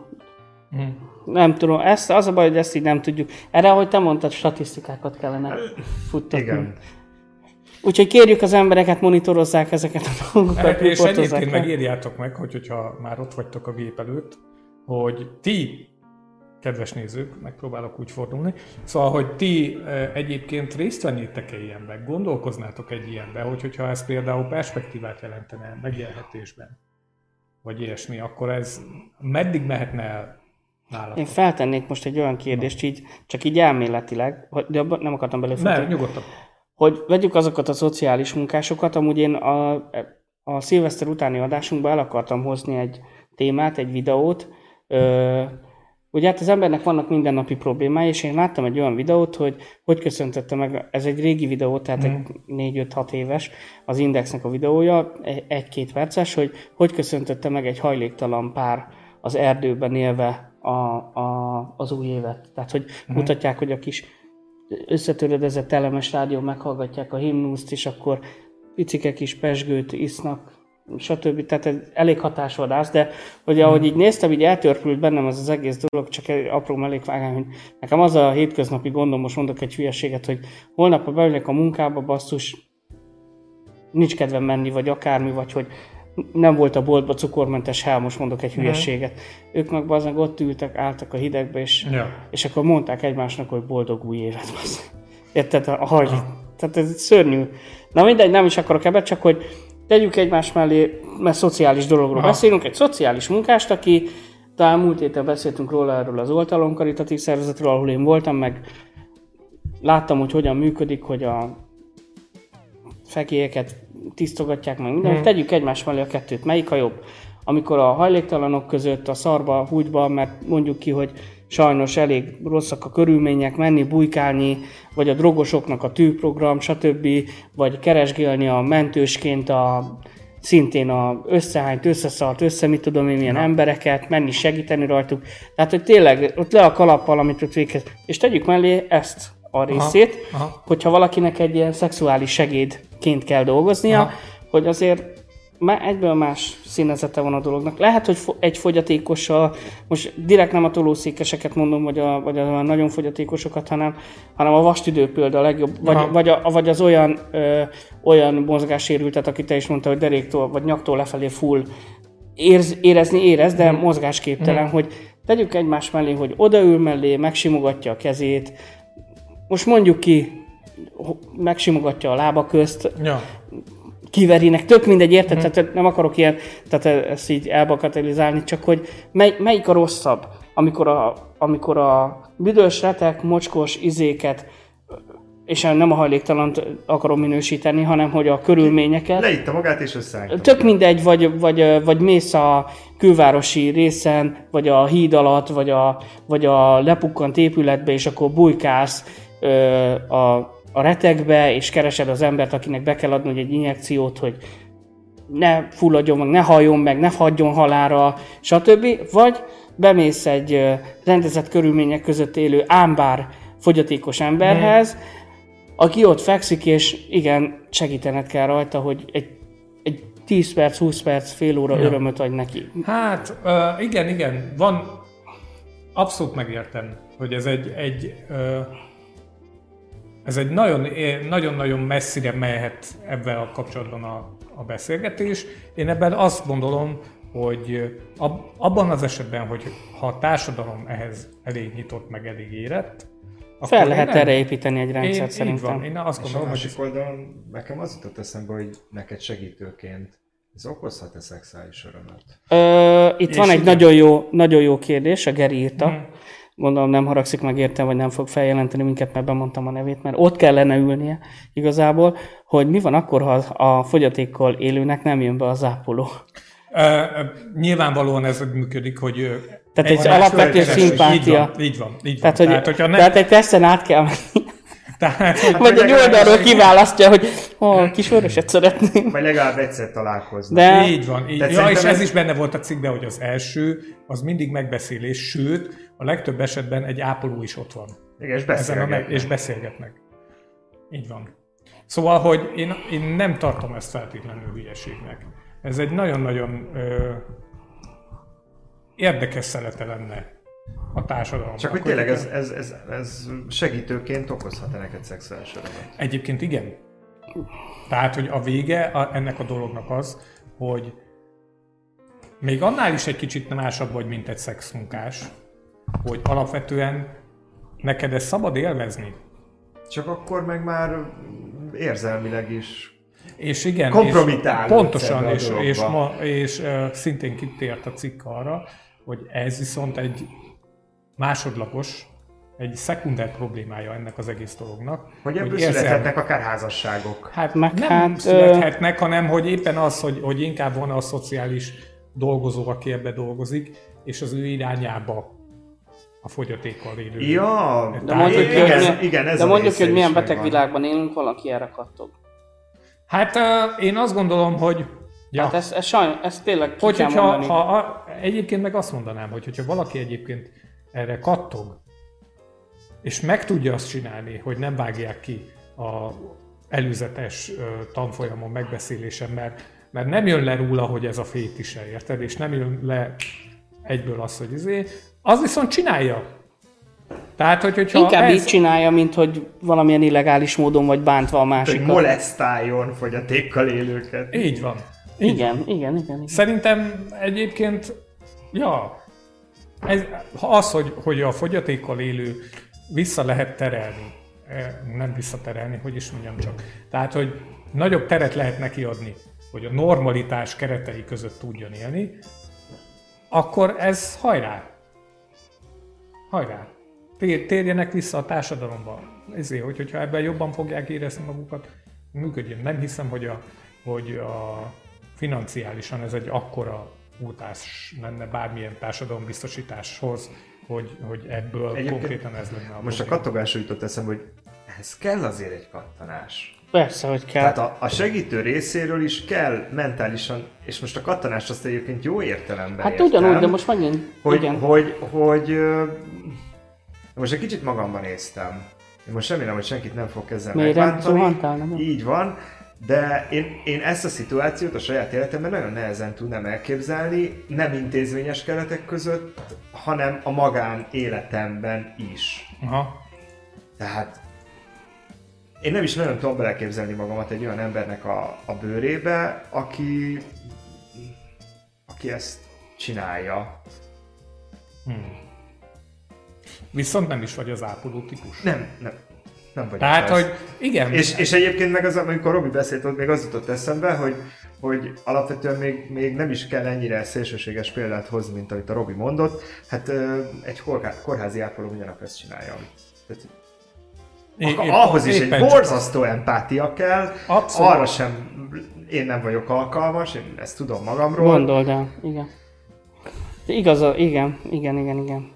Nem tudom, az a baj, hogy ezt így nem tudjuk. Erre, ahogy te mondtad, statisztikákat kellene futtatni. Igen. Úgyhogy kérjük az embereket, monitorozzák ezeket a dolgokat. És egyébként megírjátok meg, hogyha már ott vagytok a gép előtt, hogy ti, kedves nézők, megpróbálok úgy fordulni, szóval, hogy ti egyébként részt vennétek-e ilyenben, gondolkoznátok egy ilyenben, hogyha ez például perspektívát jelentene megélhetésben, vagy ilyesmi, akkor ez meddig mehetne el nálatok? Én feltennék most egy olyan kérdést, csak így elméletileg, de nem akartam belefutni. Nem, nyugodtan. Hogy vegyük azokat a szociális munkásokat, amúgy én a szilveszter utáni adásunkban el akartam hozni egy témát, egy videót. Ugye hát az embernek vannak mindennapi problémái, és én láttam egy olyan videót, hogy köszöntötte meg, ez egy régi videó, tehát egy 4-5-6 éves, az Indexnek a videója, 1-2 perces, hogy köszöntötte meg egy hajléktalan pár az erdőben élve az új évet. Tehát, hogy mutatják, hogy a kis összetörödezett elemes rádió meghallgatják a himnuszt, és akkor picike kis pezsgőt isznak, stb. Tehát ez elég hatásvadász, de hogy ahogy így néztem, így eltörpült bennem az egész dolog, csak egy apró mellékvágány, hogy nekem az a hétköznapi gondom, most mondok egy hülyeséget, hogy holnap, ha beülök a munkába, basszus, nincs kedvem menni, vagy akármi, vagy hogy nem volt a boltba cukormentes hál, most mondok egy hülyeséget. Ők meg bazdmeg ott ültek, álltak a hidegbe, és akkor mondták egymásnak, hogy boldog új évet. Érted? Tehát ez szörnyű. Na mindegy, nem is akarok ebben, csak hogy tegyük egymás mellé, mert szociális dologról beszélünk, egy szociális munkást, aki talán múlt héten beszéltünk róla, erről az Oltalom karitatív szervezetről, ahol én voltam, meg láttam, hogy hogyan működik, hogy a fekélyeket tisztogatják meg minden, tegyük egymás mellé a kettőt, melyik a jobb? Amikor a hajléktalanok között a szarba, húgyba, mert mondjuk ki, hogy sajnos elég rosszak a körülmények, menni, bujkálni, vagy a drogosoknak a tűprogram, stb. Vagy keresgélni a mentősként szintén összehányt, összeszart, mit tudom én, milyen embereket, menni segíteni rajtuk. Tehát, hogy tényleg ott le a kalappal, amit ott végez. És tegyük mellé ezt a részét, hogyha valakinek egy ilyen szexuális segédként kell dolgoznia, hogy azért egyből más színezete van a dolognak. Lehet, hogy egy fogyatékossal, most direkt nem a tolószékeseket mondom, vagy a nagyon fogyatékosokat, hanem a vastüdő például a legjobb, vagy az olyan mozgássérültet, aki te is mondta, hogy deréktól vagy nyaktól lefelé full érez, de mozgásképtelen, hogy tegyük egymás mellé, hogy odaül mellé, megsimogatja a kezét, most mondjuk ki, megsimogatja a lába közt, kiverinek, tök mindegy, érted? Tehát nem akarok ilyen, tehát ezt így elbakatelizálni, csak hogy melyik a rosszabb, amikor a büdös, retek, mocskos izéket, és nem a hajléktalant akarom minősíteni, hanem hogy a körülményeket. Leitta magát és összeállított. Tök mindegy, vagy mész a külvárosi részen, vagy a híd alatt, vagy a lepukkant épületbe, és akkor bujkálsz a retekbe, és keresed az embert, akinek be kell adni egy injekciót, hogy ne fulladjon meg, ne halljon meg, ne fagyjon halálra, stb. Vagy bemész egy rendezett körülmények között élő ámbár fogyatékos emberhez, aki ott fekszik, és igen, segítened kell rajta, hogy egy 10 perc, 20 perc, fél óra örömöt adj neki. Hát igen, van, abszolút megértem, hogy ez egy nagyon-nagyon messzire mehet ebben a kapcsolatban a beszélgetés. Én ebben azt gondolom, hogy abban az esetben, hogy ha a társadalom ehhez elég nyitott, meg elég érett, fel lehet erre építeni egy rendszert szerintem. Így van. Én azt gondolom, a másik oldalon nekem az jutott eszembe, hogy neked segítőként ez okozhat-e szexuális örömöt? Itt van egy nagyon jó kérdés, a Geri írta. Gondolom nem haragszik meg értem, vagy nem fog feljelenteni minket, mert bemondtam a nevét, mert ott kellene ülnie igazából, hogy mi van akkor, ha a fogyatékkal élőnek nem jön be a zápoló. Nyilvánvalóan ez működik, hogy... Tehát egy alapvető szimpátia. Így van. Tehát egy teszten át kell menni. Vagy egy oldalról kiválasztja, hogy kis vöröset szeretném. Vagy legalább egyszer találkozni. De... Így van. És ez is benne volt a cikkben, hogy az első, az mindig megbeszélés, sőt, a legtöbb esetben egy ápoló is ott van. Igen, és beszélgetnek. Így van. Szóval, hogy én nem tartom ezt feltétlenül hülyeségnek. Ez egy nagyon-nagyon érdekes szelete lenne a társadalomban. Csak hogy tényleg ez segítőként okozhat-e neked szexuális örömet? Egyébként igen. Tehát, hogy a vége ennek a dolognak az, hogy még annál is egy kicsit másabb vagy, mint egy szexmunkás, hogy alapvetően neked ezt szabad élvezni. Csak akkor meg már érzelmileg is és igen, kompromitál. Pontosan, és szintén kitért a cikk arra, hogy ez viszont egy másodlagos, egy szekunder problémája ennek az egész dolognak. Hogy ebből születhetnek akár házasságok. Hát nem születhetnek, hanem hogy éppen az, hogy inkább van a szociális dolgozó, aki ebbe dolgozik, és az ő irányába a fogyatékkal élő. Ja, de mondjuk, hogy milyen beteg világban élünk, valaki erre kattog. Hát én azt gondolom, hogy... Ja. Hát ez tényleg ki kell mondani. Egyébként meg azt mondanám, hogyha valaki egyébként erre kattog, és meg tudja azt csinálni, hogy nem vágják ki az előzetes tanfolyamon, megbeszélésen, mert nem jön le róla, hogy ez a fétise, érted? És nem jön le egyből az, hogy az viszont csinálja. Tehát, hogyha inkább így csinálja, mint hogy valamilyen illegális módon vagy bántva a másikat. Hogy molesztáljon fogyatékkal élőket. Így van. Igen. Szerintem egyébként, hogy a fogyatékkal élő vissza lehet terelni, nem visszaterelni, hogy is mondjam csak. Tehát, hogy nagyobb teret lehet neki adni, hogy a normalitás keretei között tudjon élni, akkor ez hajrá! Térjenek vissza a társadalomba. Hogyha ebben jobban fogják érezni magukat, működjön. Nem hiszem, hogy a financiálisan ez egy akkora utás lenne bármilyen társadalombiztosításhoz, hogy ebből egyébként konkrétan ez lenne a most a kattogásra jutott eszembe, hogy ehhez kell azért egy kattanás. Persze, hogy kell. Tehát a segítő részéről is kell mentálisan, és most a kattanást azt egyébként jó értelemben hát értem, ugyanúgy, de most megint, hogy most egy kicsit magamban néztem. Én most remélem, hogy senkit nem fog ezzel megbántani. Így van, de én ezt a szituációt a saját életemben nagyon nehezen tudnám elképzelni, nem intézményes keretek között, hanem a magán életemben is. Aha. Tehát én nem is nagyon tudom beleképzelni magamat egy olyan embernek a bőrébe, aki ezt csinálja. Viszont nem is vagy az ápoló típus. Nem vagy. Tehát, hogy igen. És egyébként meg az, amikor Robi beszélt, ott még az jutott eszembe, hogy alapvetően még nem is kell ennyire szélsőséges példát hozni, mint amit a Robi mondott. Hát egy kórházi ápoló ugyanak ezt csinálja. Ahhoz is egy borzasztó empátia kell, abszolút. Arra sem én nem vagyok alkalmas, én ezt tudom magamról. Gondold el, igen. Igaz, igen.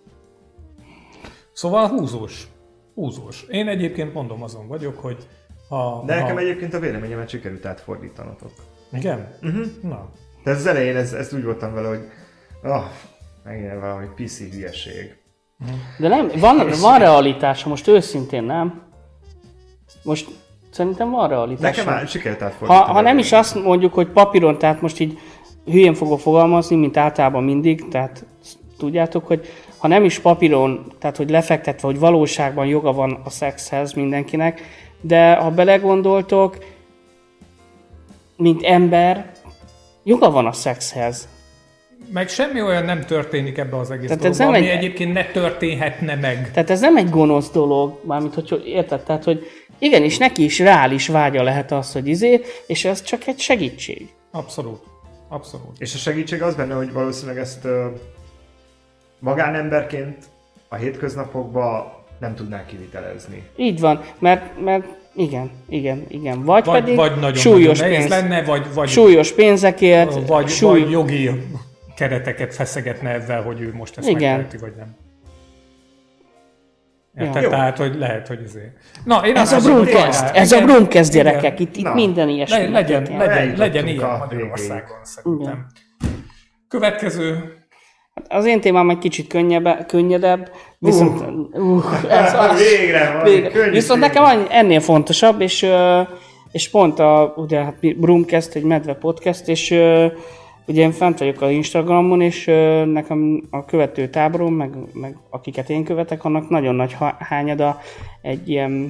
Szóval húzós. Én egyébként mondom, azon vagyok, hogy de nekem egyébként a véleményemet sikerült átfordítanatok. Igen? Na. De az elején ezt úgy voltam vele, hogy megint valami PC hülyeség. De nem, van realitása, most őszintén nem. Most szerintem van realitása. Nekem már sikerült átfordítani. Ha nem is azt mondjuk, hogy papíron, tehát most így hülyén fogok fogalmazni, mint általában mindig, tehát tudjátok, hogy ha nem is papíron, tehát hogy lefektetve, hogy valóságban joga van a szexhez mindenkinek, de ha belegondoltok, mint ember, joga van a szexhez. Meg semmi olyan nem történik ebbe az egész dologban, ami egyébként ne történhetne meg. Tehát ez nem egy gonosz dolog, mármint hogy érted, tehát hogy igenis neki is reális vágya lehet az, hogy és ez csak egy segítség. Abszolút. És a segítség az benne, hogy valószínűleg ezt magánemberként a hétköznapokban nem tudnák kivitelezni. Így van, mert igen. Vagy pedig nagyon súlyos pénz lenne, vagy súlyos pénzekért, vagy jogi kereteket feszegetne ezzel, hogy ő most ezt megteheti, vagy nem. Érted? Ja. Tehát, hogy lehet, hogy Na, én ez a Brumcast gyerekek, itt minden ilyesmi. Legyen ilyen Magyarországon, szerintem. Következő. Az én témám egy kicsit könnyedebb, viszont végre. Viszont nekem ennél fontosabb, és pont ugye hát Brumcast, egy medve podcast, és ugye én fent vagyok az Instagramon, és nekem a követő táborom, meg akiket én követek, annak nagyon nagy hányada egy ilyen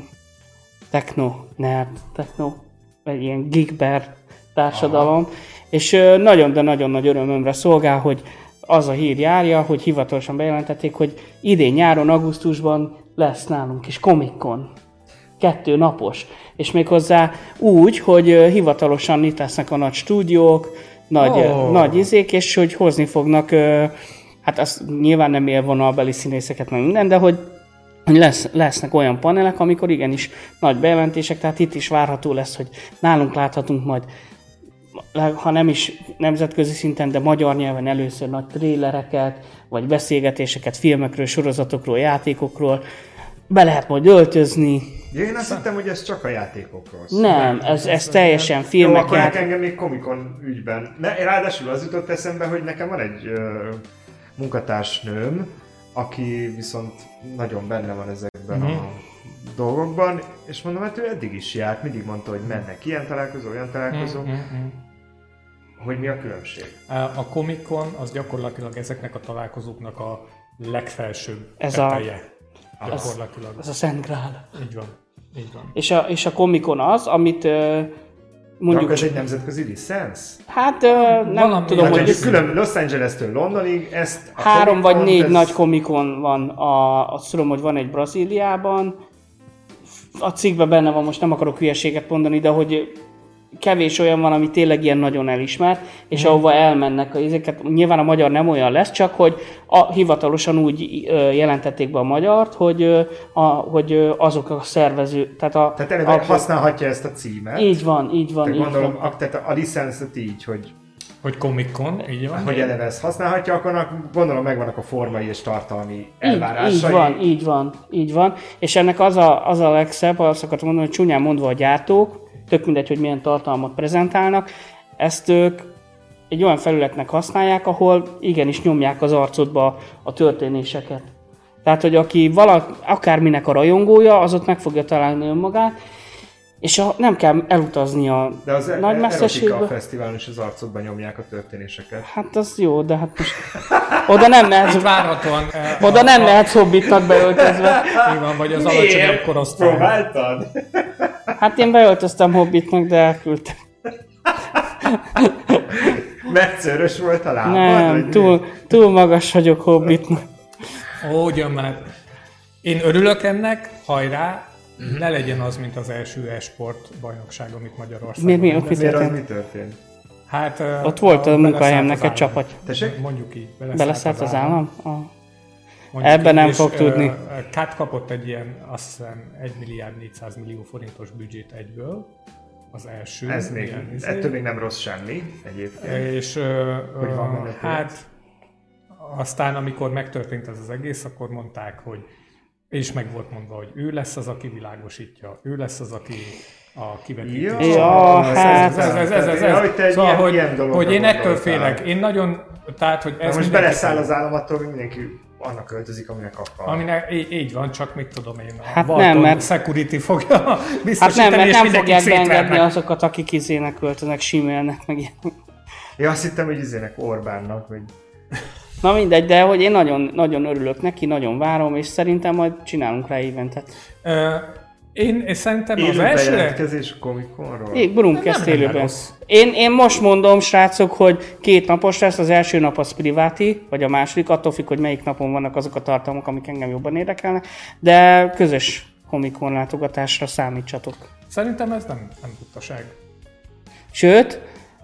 egy ilyen geekber társadalom, aha. És nagyon, de nagyon nagy örömömre szolgál, hogy az a hír járja, hogy hivatalosan bejelentették, hogy idén nyáron, augusztusban lesz nálunk is Comic-Con. 2 napos. És méghozzá úgy, hogy hivatalosan itt lesznek a nagy stúdiók, nagy izék, és hogy hozni fognak, hát az nyilván nem élvonalbeli színészeket, meg minden, de hogy lesznek olyan panelek, amikor igenis nagy bejelentések, tehát itt is várható lesz, hogy nálunk láthatunk majd, ha nem is nemzetközi szinten, de magyar nyelven először nagy trélereket, vagy beszélgetéseket filmekről, sorozatokról, játékokról, be lehet majd öltözni. Én azt hittem, hogy ez csak a játékokról szól. Nem, ez teljesen filmek. Jó, akkor engem még Comic-Con ügyben. Ráadásul az jutott eszembe, hogy nekem van egy munkatársnőm, aki viszont nagyon benne van ezekben a dolgokban, és mondom, hát ő eddig is járt, mindig mondta, hogy mennek ilyen találkozó, olyan találkozó. Hogy mi a különbség? A Comic-Con az gyakorlatilag ezeknek a találkozóknak a legfelsőbb teteje. Ez a Szent Grál. Így van. És a Comic-Con az, amit mondjuk... Ez egy nemzetközi licensz? Hát nem tudom, hogy... Külön Los Angeles-től Londonig ezt... 3 vagy 4 nagy Comic-Con van. Azt tudom, hogy van egy Brazíliában. A cikkben benne van, most nem akarok hülyeséget mondani, de hogy kevés olyan van, ami tényleg ilyen nagyon elismert, és ahova elmennek a izéket. Nyilván a magyar nem olyan lesz, csak hogy hivatalosan úgy jelentették be a magyart, hogy azok a szervező... Tehát eleve használhatja ezt a címet. Így van. Gondolom, tehát a licenszet így, hogy Hogy Comic-Con, így van. Hogy eleve ezt használhatja, akkor gondolom megvannak a formai és tartalmi elvárásai. Így van. És ennek az a legszebb, azt akartam mondani, hogy csúnyán mondva a gyártók, tök mindegy, hogy milyen tartalmat prezentálnak, ezt ők egy olyan felületnek használják, ahol igenis nyomják az arcodba a történéseket. Tehát, hogy aki akárminek a rajongója, az ott meg fogja találni önmagát, és nem kell elutazni a de az nagy messzeségbe. Erotika fesztiválon is az arcodban nyomják a történéseket. Hát az jó, de hát most oda nem mehetsz, Várhatóan... oda nem mehetsz hobbitnak beöltözve. Nyilván, vagy az alacsonyabb korosztály. Próbáltad? Hát én beöltöztem hobbitnak, de elküldtem. Mert szőrös volt a lábad? Nem, túl magas vagyok hobbitnak. Ó, ugyan már. Én örülök ennek, hajrá, ne legyen az, mint az első e-sport bajnokság, amit Magyarországon. Miért mi történt? Hát, ott volt a munkahelyemnek egy csapat. Tessék? Mondjuk így. Beleszállt az állam? Ebben nem fog tudni. Kat kapott egy ilyen, azt hiszem, 1 milliárd 400 millió forintos büdzsét egyből. Az első. Ez még, ettől még nem rossz semmi egyébként. És hogy van hát aztán, amikor megtörtént ez az egész, akkor mondták, hogy és meg volt mondva, hogy ő lesz az, aki világosítja, ő lesz az, aki a kivetítés. Szóval, hogy én ettől félek. Én nagyon, tehát, hogy ez most beleszáll az állam attól, hogy mindenki annak költözik, aminek akar. Így van, csak mit tudom én, a hát Walton nem, mert Security fogja biztosítani, hát nem, mert és nem fogják beengedni szétvernek. azokat, akik izének költöznek, simélnek meg ilyen. Ja, azt hittem, hogy izének Orbánnak, hogy... Na mindegy, de hogy én nagyon, nagyon örülök neki, nagyon várom, és szerintem majd csinálunk rá eventet. Én szerintem élő az első... bejelentkezés a Comic-Conról? Brumcast élőben. Én most mondom, srácok, hogy 2 napos lesz, az első nap az priváti, vagy a második, attól függ, hogy melyik napon vannak azok a tartalmak, amik engem jobban érdekelnek, de közös Comic-Con látogatásra számítsatok. Szerintem ez nem butaság. Sőt,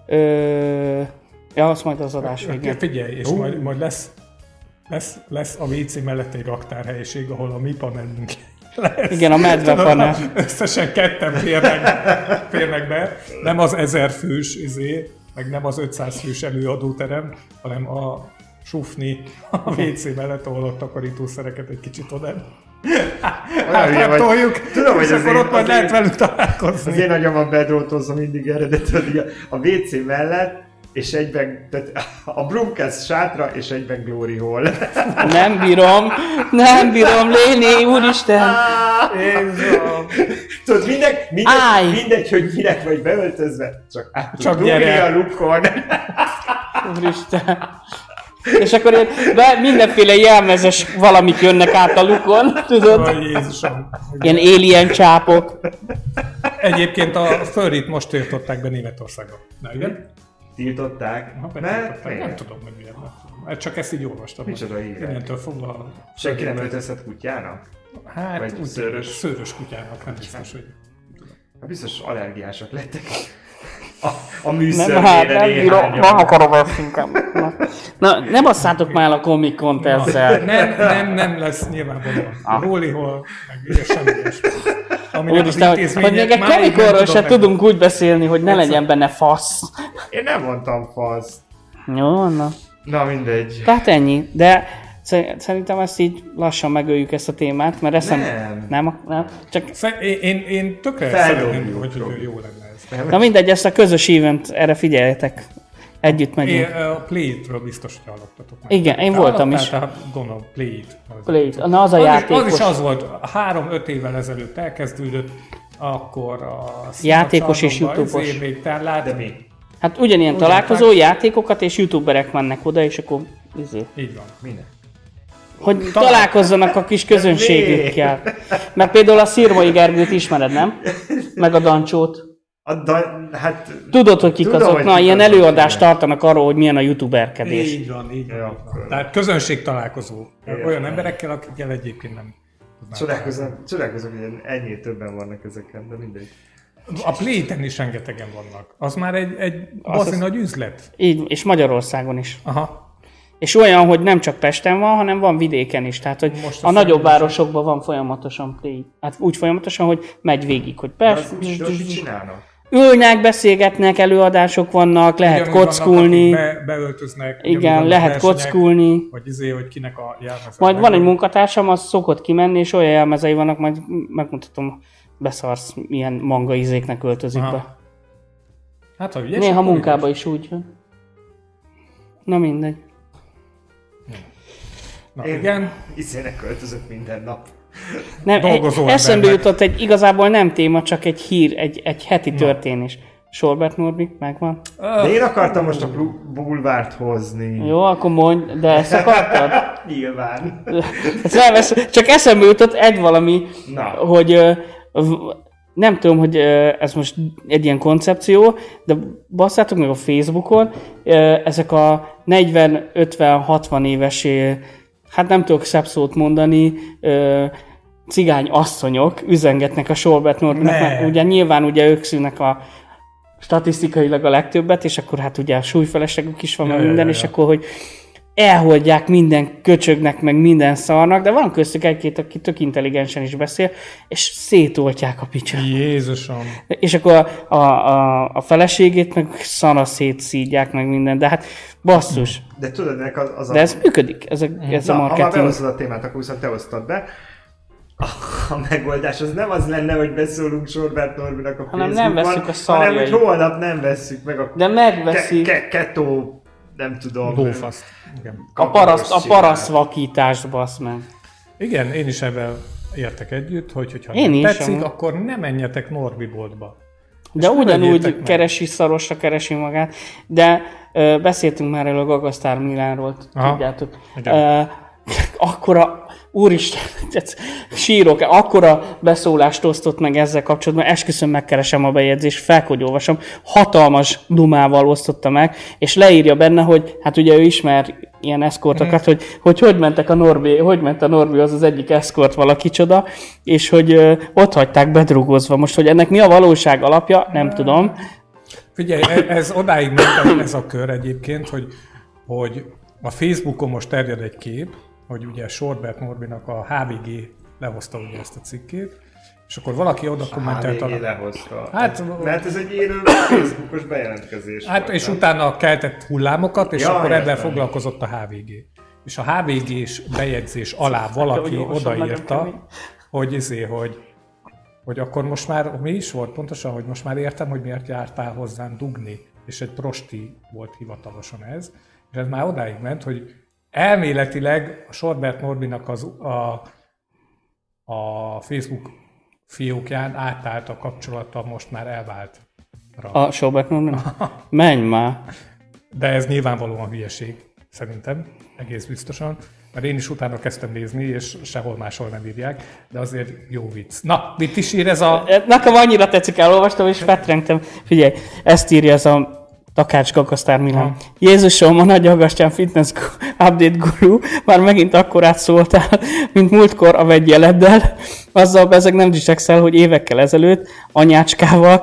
ja, azt majd az adás végén. Figyelj, és majd lesz a WC mellett egy raktárhelyiség, ahol a mi panelünk lesz. Igen, a medve panel. Összesen 2 férnek be, nem az 1000 fős meg nem az 500 fős előadóterem, hanem a sufni a WC mellett, ahol a takarítószereket egy kicsit oda. Hát toljuk, tudom, hogy és akkor ott majd lehet velük találkozni. Az én agyamban bedrótozza mindig eredetileg a WC mellett, és egyben, tehát a Brumcast sátra, és egyben Glory Hall. Nem bírom, Léni, úristen! Tudod, mindegy, hogy minek vagy beöltözve, csak gyere a lukon. Úristen! És akkor mindenféle jelmezes valamik jönnek át a lukon, tudod? Ó, Jézusom! Ilyen alien csápok. Egyébként a furryt most tiltották be Németországban. Na igen? Tiltották? Nem tudom, hogy miért. Csak ezt így olvastam. Micsoda írek? Innentől fogva... Senki nem öltözhet kutyának? Hát vagy úgy szőrös kutyának, nem biztos, hogy... Hát biztos allergiásak lettek a Nem műszörvére bírom, nem akarom ezt inkább. Na, ne basszátok már a Comic-Cont ezzel. Nem lesz nyilvánvalóan. Rólihoz, meg semmi Úristen, hogy még egy Comic-Conról se tudunk úgy beszélni, hogy ne legyen benne fasz. Én nem mondtam fasz. Jó, na. Na mindegy. Tehát ennyi, de szerintem ezt így lassan megöljük ezt a témát, mert nem. Csak... Én tökre szeretném, hogy jó lenne ez. Na mindegy, ezt a közös event, erre figyeljetek. Együtt megyünk. A Play-It-ről biztos, hogy hallottatok meg. Igen, én voltam is. Tehát gondolom, Play-It. Play-It. Na az a játékos. Az is az volt, 3-5 évvel ezelőtt elkezdődött, akkor a... Játékos és YouTubos. De mi? Hát ugyanilyen találkozó, játékokat és youtuberek mennek oda, és akkor... Így van. Minden. Hogy találkozzanak a kis közönségükkel. Mert például a Szirmai Gergőt ismered, nem? Meg a Dancsót. Hát... Tudod, hogy kik azok? Na, ilyen előadást tartanak arról, hogy milyen a youtuberkedés. Így van. Tehát közönség találkozó. Olyan emberekkel, akikkel egyébként nem Csodálkozom, hogy ennyire többen vannak ezeken, de mindegy. A Play-ten is rengetegen vannak. Az már egy bazi nagy üzlet. Így, és Magyarországon is. Aha. És olyan, hogy nem csak Pesten van, hanem van vidéken is. Tehát, hogy a nagyobb városokban van folyamatosan Play. Hát úgy folyamatosan, hogy megy végig, hogy Pest... Mit csinálnak? ülnek, beszélgetnek, előadások vannak, lehet kockulni. Beöltöznek. Igen, lehet kockulni. Hogy kinek a jelmeze. Majd van egy munkatársam, az szokott kimenni, és olyan jelmezei vannak, majd megmutatom, beszarsz, milyen manga ízéknek öltözik be. Hát, ha ügyes, néha munkába is úgy jön. Na mindegy. Na, igen. Izének költözök minden nap. Nem, eszembe jutott igazából nem téma, csak egy hír, egy heti történés. Sorbert Norbi, megvan? De én akartam most a bulvárt hozni. Jó, akkor mondj, de ezt akartad? Nyilván. Csak eszembe jutott egy valami, hogy nem tudom, hogy ez most egy ilyen koncepció, de basszátok meg a Facebookon, ezek a 40-50-60 éves, hát nem tudok szebb szót mondani, cigány asszonyok üzengetnek a Sorbert Norbinak, mert ugye nyilván ugye ők szűnnek a statisztikailag a legtöbbet, és akkor hát ugye a súlyfeleslegük is van minden, és akkor, hogy elholdják minden köcsögnek, meg minden szarnak, de van köztük egy-két, aki tök intelligensen is beszél, és szétoltják a picsát. Jézusom! És akkor a feleségét meg szana szétszídják, meg minden, de hát basszus. De tudod, az de ez működik, ez a marketing. Ha már behozod a témát, akkor viszont te hoztad be. A megoldás az nem az lenne, hogy beszólunk Sorbert Norbinak a hanem nem vesszük a szarjait. hanem hogy holnap nem vesszük meg a de megveszik. Kettó, nem tudom. Lófaszt. A parasztvakítást, bassz meg. Igen, én is ebben értek együtt, hogyha én nem is, tetszik, akkor ne menjetek Norbi boltba. De ugyanúgy keresi, szarosra keresi magát, de beszéltünk már el a Gagasztár Milánról, tudjátok. Akkora, úristen, sírok, akkora beszólást osztott meg ezzel kapcsolatban, esküszöm, megkeresem a bejegyzést, felkogyolvasom, hatalmas dumával osztotta meg, és leírja benne, hogy hát ugye ő ismer ilyen eszkortokat, hogy mentek a Norbi, hogy ment a Norbi, az egyik eszkort valakicsoda, és hogy ott hagyták bedrugozva. Most, hogy ennek mi a valóság alapja, nem tudom. Figyelj, ez odáig ment ez a kör egyébként, hogy a Facebookon most terjed egy kép, hogy ugye Sorbert Norbinak a HVG lehozta ugye ezt a cikkét, és akkor valaki oda kommentelt. HVG lehozta. Hát, mert ez egy élő Facebookos bejelentkezés. Hát volt, és nem? Utána keltett hullámokat, és akkor ebben foglalkozott a HVG. És a HVG-s bejegyzés alá valaki odaírta, hogy akkor most már, mi is volt pontosan, hogy most már értem, hogy miért jártál hozzám dugni, és egy prosti volt hivatalosan ez, és ez már odáig ment, hogy elméletileg a Sorbert Norbinak a Facebook fiókján átállt a kapcsolata, most már elvált. A Sorbert Norbinak? Menj már! De ez nyilvánvalóan hülyeség, szerintem, egész biztosan. Mert én is utána kezdtem nézni, és sehol máshol nem írják, de azért jó vicc. Na, mit is ír ez a... Nekem annyira tetszik, elolvastam, és fetrengtem. Figyelj, ezt írja ez a Takács Gagasztár Milán. Jézusom, a nagy Agastyán Fitness Update Guru, már megint akkorát szóltál, mint múltkor a vegyjeleddel. Azzal bezeg nem dicsekszel, hogy évekkel ezelőtt anyácskával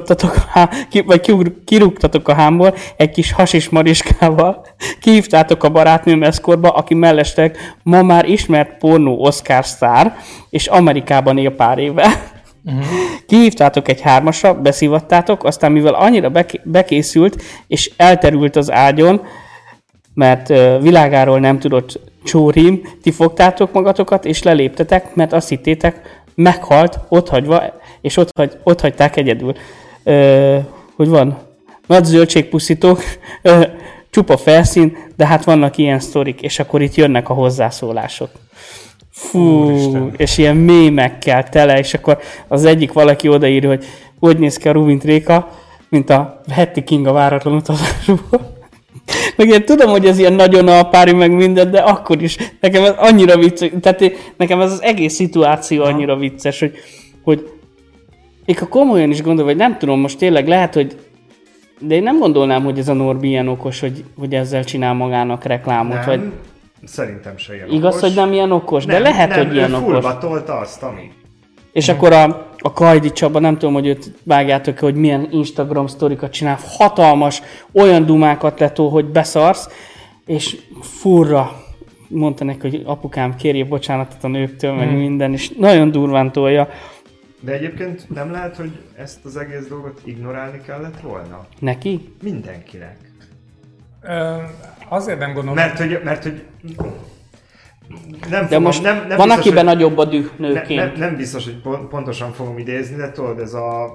kirúgtatok a hámból, egy kis hasis mariskával. Kihívtátok a barátnőm eszkorba, aki mellesleg ma már ismert pornó Oscar sztár, és Amerikában él pár éve. Kihívtátok egy 3-asra, beszívattátok, aztán mivel annyira bekészült, és elterült az ágyon, mert világáról nem tudott csórím, ti fogtátok magatokat, és leléptetek, mert azt hittétek, meghalt, otthagyva, és ott hagyták egyedül. Hogy van? Nagy zöldségpusztítók, csupa felszín, de hát vannak ilyen sztorik, és akkor itt jönnek a hozzászólások. Fú, és ilyen mémekkel tele, és akkor az egyik valaki odaírja, hogy néz ki a Ruvint Réka, mint a Hetty King a váratlan utazásból. Meg én tudom, hogy ez ilyen nagyon alpári, meg minden, de akkor is nekem ez annyira vicces, tehát nekem ez az egész szituáció annyira vicces, hogy én komolyan is gondolom, vagy nem tudom, most tényleg lehet, hogy de én nem gondolnám, hogy ez a Norbi ilyen okos, hogy ezzel csinál magának reklámot, nem. vagy... Szerintem se ilyen igaz, okos. hogy nem ilyen okos, de lehet, hogy ilyen okos. Fullba tolta azt, ami. És akkor a Kajdi Csaba, nem tudom, hogy őt vágjátok, hogy milyen Instagram sztorikat csinál, hatalmas, olyan dumákat letol, hogy beszarsz, és furra mondta neki, hogy apukám, kérje bocsánatot a nőktől, meg minden, és nagyon durván tolja. De egyébként nem lehet, hogy ezt az egész dolgot ignorálni kellett volna? Neki? Mindenkinek. Azért nem gondolom... Mert hogy nem De fogom, most nem van, biztos, akiben hogy, nagyobb a düh nőként. nem biztos, hogy pontosan fogom idézni, de tudod, ez a...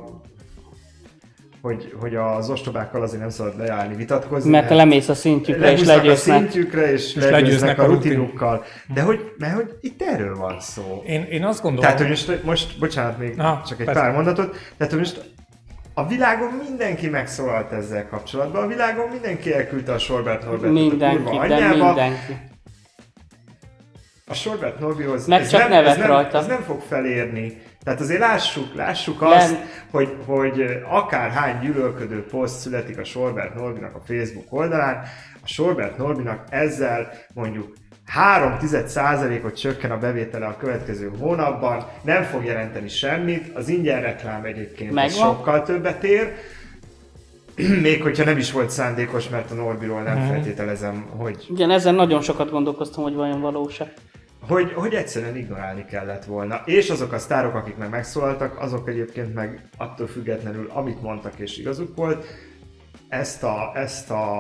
Hogy az ostobákkal azért nem szabad leállni, vitatkozni. Mert te lemész a szintjükre és legyőznek. a szintjükre és legyőznek a rutinukkal. De hogy itt erről van szó. Én azt gondolom... Tehát, hogy most bocsánat, még csak egy persze. pár mondatot. Tehát, hogy most a világon mindenki megszólalt ezzel kapcsolatban. A világon mindenki elküldte a Sorbert Norbertot a kurva anyjába. Mindenki. A Sorbert Norbihoz Meg csak nevet rajta. Ez nem fog felérni. Tehát azért lássuk azt, hogy akárhány gyűlölködő poszt születik a Sorbert Norbinak a Facebook oldalán, a Sorbert Norbinak ezzel mondjuk 0,3%-ot csökken a bevétele a következő hónapban, nem fog jelenteni semmit, az ingyen reklám egyébként sokkal többet ér, még hogyha nem is volt szándékos, mert a Norbiról nem feltételezem, hogy... Igen, ezen nagyon sokat gondolkoztam, hogy vajon valóság. Hogy egyszerűen ignorálni kellett volna. És azok a sztárok, akik meg megszólaltak, azok egyébként meg attól függetlenül, amit mondtak és igazuk volt, ezt a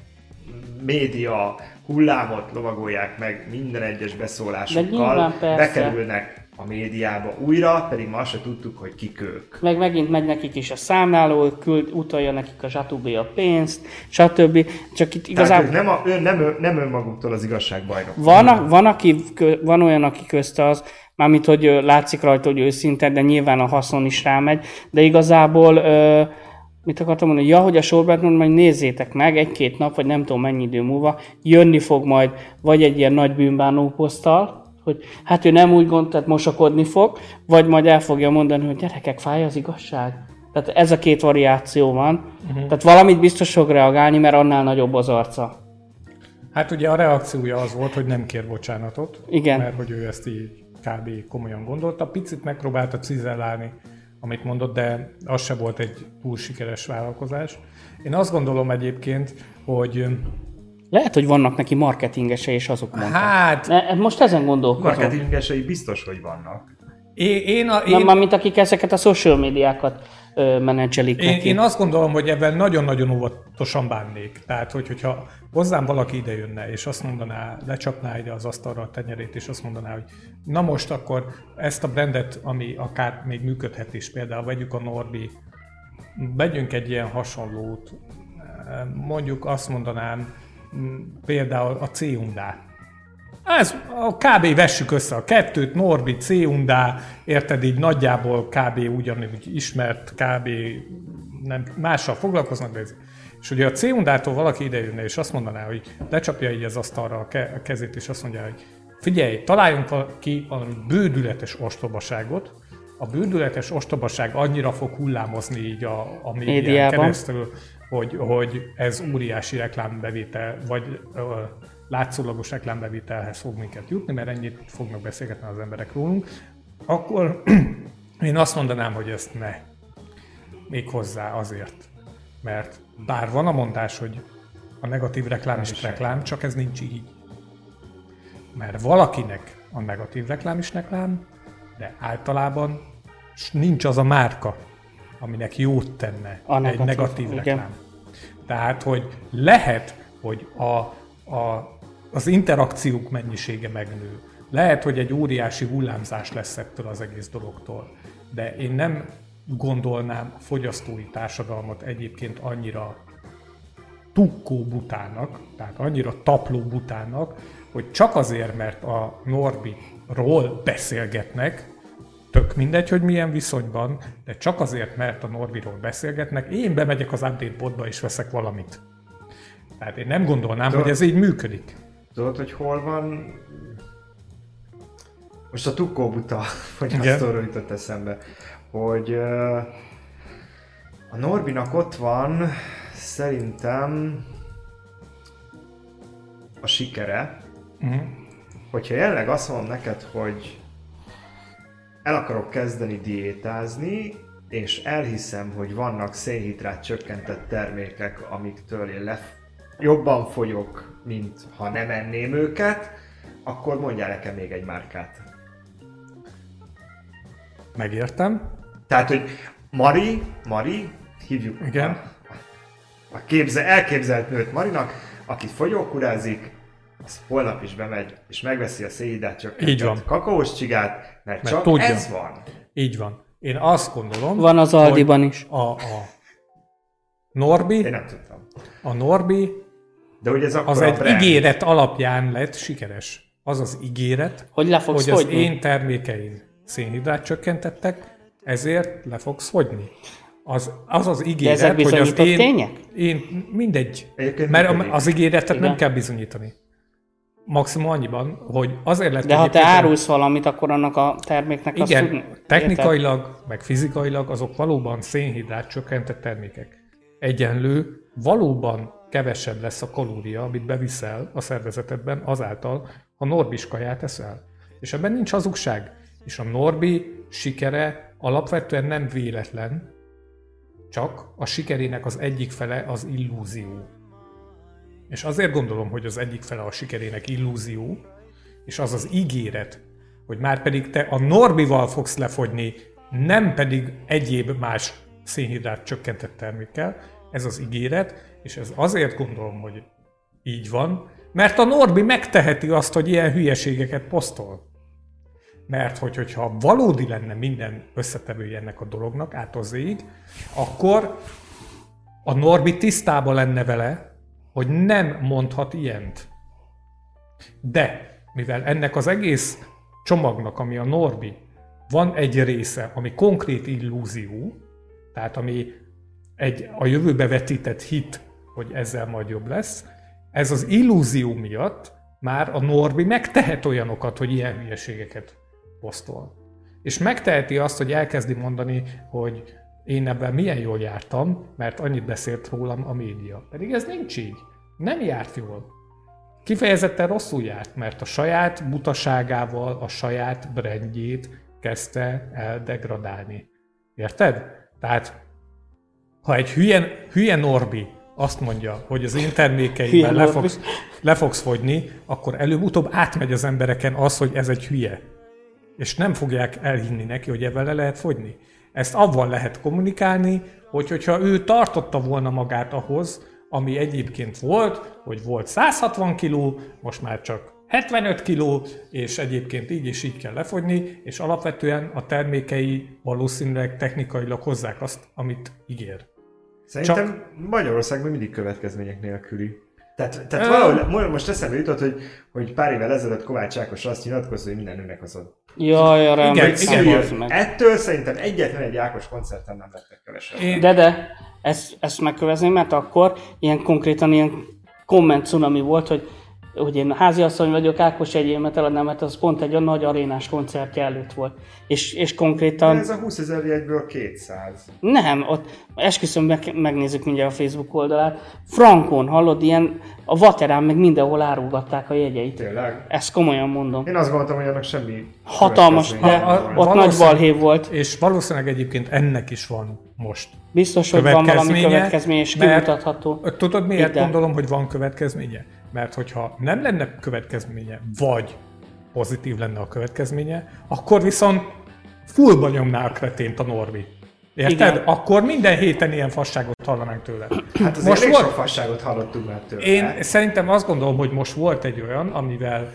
média hullámot lovagolják meg minden egyes beszólásukkal, bekerülnek a médiába újra, pedig ma se tudtuk, hogy kik ők. Meg megint megy nekik is a számláló, utalja nekik a Zsatubé a pénzt, stb. Csak itt igazából... Tehát nem önmaguktól az igazságbajnok. Van olyan, aki közte az, mármint hogy látszik rajta, hogy őszinte, de nyilván a haszon is rámegy, de igazából mit akartam mondani, hogy a Sorbert Norbi, majd nézzétek meg, 1-2 nap, vagy nem tudom mennyi idő múlva, jönni fog majd vagy egy ilyen nagy bűnbánó poszttal, hogy hát ő nem úgy tehát mosakodni fog, vagy majd el fogja mondani, hogy gyerekek, fáj az igazság. Tehát ez a két variáció van. Tehát valamit biztos fog reagálni, mert annál nagyobb az arca. Hát ugye a reakciója az volt, hogy nem kér bocsánatot. Igen. Mert hogy ő ezt így kb. Komolyan gondolta. Picit megpróbálta cizellálni, amit mondott, de az se volt egy túl sikeres vállalkozás. Én azt gondolom egyébként, hogy... Lehet, hogy vannak neki marketingesei, és azok mondták. Hát... Most ezen gondolkozom. Marketingesei biztos, hogy vannak. Mármint akik ezeket a social médiákat menedzselik neki. Én azt gondolom, hogy ebben nagyon-nagyon óvatosan bánnék. Tehát, hogyha hozzám valaki ide jönne, és azt mondaná, lecsapná ide az asztalra a tenyerét, és azt mondaná, hogy na most akkor ezt a brandet, ami akár még működhet is, például vegyük a Norbi, vegyünk egy ilyen hasonlót, mondjuk azt mondanám, például a C-Hyundai. Ez kb. Vessük össze a kettőt, Norbi, C-Hyundai, érted, így nagyjából kb. Ugyanúgy ismert, kb. Nem, mással foglalkoznak, de ez. És ugye a C-Hyundai-tól valaki idejönne, és azt mondaná, hogy lecsapja így az asztalra a kezét, és azt mondja, hogy figyelj, találjunk ki valami bődületes ostobaságot. A bődületes ostobaság annyira fog hullámozni így a médián keresztül, hogy ez óriási reklámbevétel, vagy látszólagos reklámbevételhez fog minket jutni, mert ennyit fognak beszélgetni az emberek rólunk, akkor én azt mondanám, hogy ezt ne. Méghozzá azért, mert bár van a mondás, hogy a negatív reklám is reklám, csak ez nincs így. Mert valakinek a negatív reklám is reklám, de általában nincs az a márka, aminek jót tenne egy negatív reklám. Tehát, hogy lehet, hogy az interakciók mennyisége megnő. Lehet, hogy egy óriási hullámzás lesz ettől az egész dologtól. De én nem gondolnám a fogyasztói társadalmat egyébként annyira tukkó butának, tehát annyira tapló butának, hogy csak azért, mert a Norbiról beszélgetnek, tök mindegy, hogy milyen viszonyban, de csak azért, mert a Norbiról beszélgetnek, én bemegyek az update botba és veszek valamit. Tehát én nem gondolnám, hogy ez így működik. Tudod, hogy hol van? Most a tukkóbuta fogyasztóról jutott eszembe, hogy a Norbinak ott van szerintem a sikere, hogyha jelenleg azt mondom neked, hogy el akarok kezdeni diétázni, és elhiszem, hogy vannak szénhidrát csökkentett termékek, amiktől én jobban fogyok, mint ha nem enném őket, akkor mondjál nekem még egy márkát. Megértem. Tehát, hogy Mari, hívjuk Igen. elképzelt nőt Marinak, aki fogyókurázik, az holnap is bemegy, és megveszi a szénhidrát csökkentett kakaós csigát, mert csak tudja. ez van. Így van. Én azt gondolom, Van az Aldiban is. A Norbi, Én nem tudtam. a Norbi De hogy ez akkor az a egy brand. ígéret alapján lett sikeres. Az az ígéret, Hogy le fogsz hogy az fogyni. én termékeim szénhidrát csökkentettek, ezért le fogsz fogyni. Az De ígéret, ezek hogy az bizonyított tények? én mindegy, Egyébként mert működik. az ígéretet Igen. nem kell bizonyítani. Maximum annyiban, hogy azért lett De ha te egyébként- árulsz valamit, akkor annak a terméknek azt igen, tudni. technikailag, meg fizikailag azok valóban szénhidrát csökkentett termékek. Egyenlő, valóban kevesebb lesz a kalória, amit beviszel a szervezetedben azáltal, ha Norbis kaját eszel. És ebben nincs hazugság. És a Norbi sikere alapvetően nem véletlen, csak a sikerének az egyik fele az illúzió. És azért gondolom, hogy az egyik fele a sikerének illúzió, és az az ígéret, hogy már pedig te a Norbival fogsz lefogyni, nem pedig egyéb más szénhidrát csökkentett termékkel, ez az ígéret, és ez azért gondolom, hogy így van, mert a Norbi megteheti azt, hogy ilyen hülyeségeket posztol. Mert hogyha valódi lenne minden összetevője ennek a dolognak, át az ég, akkor a Norbi tisztában lenne vele, hogy nem mondhat ilyent. De, mivel ennek az egész csomagnak, ami a Norbi, van egy része, ami konkrét illúzió, tehát ami a jövőbe vetített hit, hogy ezzel majd jobb lesz, ez az illúzió miatt már a Norbi megtehet olyanokat, hogy ilyen hülyeségeket posztol. És megteheti azt, hogy elkezdi mondani, hogy én ebben milyen jól jártam, mert annyit beszélt rólam a média. Pedig ez nincs így. Nem járt jól. Kifejezetten rosszul járt, mert a saját butaságával a saját brandjét kezdte el degradálni. Érted? Tehát, ha egy hülye Norbi azt mondja, hogy az én termékeimben le fogsz fogyni, akkor előbb-utóbb átmegy az embereken az, hogy ez egy hülye. És nem fogják elhinni neki, hogy ebben le lehet fogyni. Ezt avval lehet kommunikálni, hogyha ő tartotta volna magát ahhoz, ami egyébként volt, hogy volt 160 kiló, most már csak 75 kiló, és egyébként így és így kell lefogyni, és alapvetően a termékei valószínűleg technikailag hozzák azt, amit ígér. Szerintem Magyarországban mindig következmények nélküli. Tehát valahol most eszembe jutott, hogy pár évvel ezelőtt Kovács Ákos azt nyilatkozta, hogy minden nőnek az ott. Jaj, arra emlékszem, igen. az meg. Ettől szerintem egyetlen egy Ákos koncerten nem lettek kevesebb. De, ezt megkövezném, mert akkor konkrétan ilyen komment cunami volt, hogy én háziasszony vagyok, Ákos jegyémet eladnám, mert az pont egy olyan nagy arénás koncertje előtt volt. És konkrétan... De ez a 20 000 jegyből 200. Nem, ott esküszöm, megnézzük mindjárt a Facebook oldalát. Frankon, hallod, ilyen a Vaterán meg mindenhol árulgatták a jegyeit. Tényleg? Ezt komolyan mondom. Én azt gondoltam, hogy annak semmi Hatalmas, de ott nagy balhé volt. És valószínűleg egyébként ennek is van most Biztos, hogy van valami következménye, és kimutatható. Tudod, miért gondolom, hogy van következménye? Mert hogyha nem lenne következménye, vagy pozitív lenne a következménye, akkor viszont fullba nyomná a kretént a Norbi. Érted? Igen. Akkor minden héten ilyen fasságot hallanánk tőle. Hát azért elég sok fasságot hallottunk már tőle. Én szerintem azt gondolom, hogy most volt egy olyan, amivel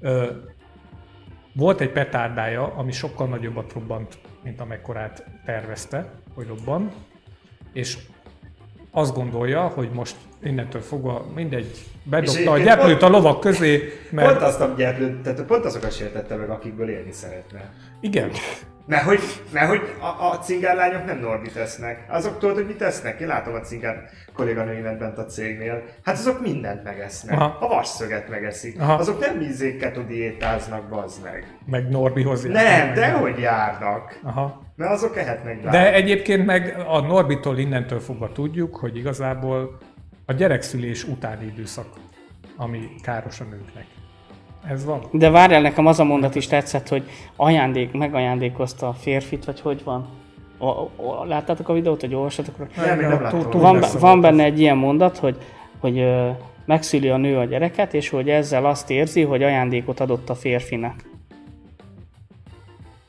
volt egy petárdája, ami sokkal nagyobbat robbant, mint amekkorát tervezte, hogy robban, és azt gondolja, hogy most innentől fogva mindegy, bedobta a gyeplőt a lovak közé, mert... Pont azt a gyeplőt, tehát pont azokat sértette meg, akikből élni szeretne. Igen. Mert hogy a cingárlányok nem Norbit esznek. Azok tudod, hogy mit esznek? Én látom a cingár kolléganőimet bent a cégnél. Hát azok mindent megesznek. Aha. A vasszoget megeszik. Aha. Azok nem keto diétáznak, bazd meg. Meg Norbihoz járnak. Nem, dehogy járnak. Aha. Mert azok ehetnek rá. De egyébként meg a Norbitól innentől fogva tudjuk, hogy igazából a gyerekszülés utáni időszak, ami káros a nőknek. Ez van. De várjál, nekem az a mondat is tetszett, hogy megajándékozta a férfit, vagy hogy van? Láttátok a videót, hogy olvassatok? Nem, én nem láttam. Van benne egy ilyen mondat, hogy megszüli a nő a gyereket, és hogy ezzel azt érzi, hogy ajándékot adott a férfinek.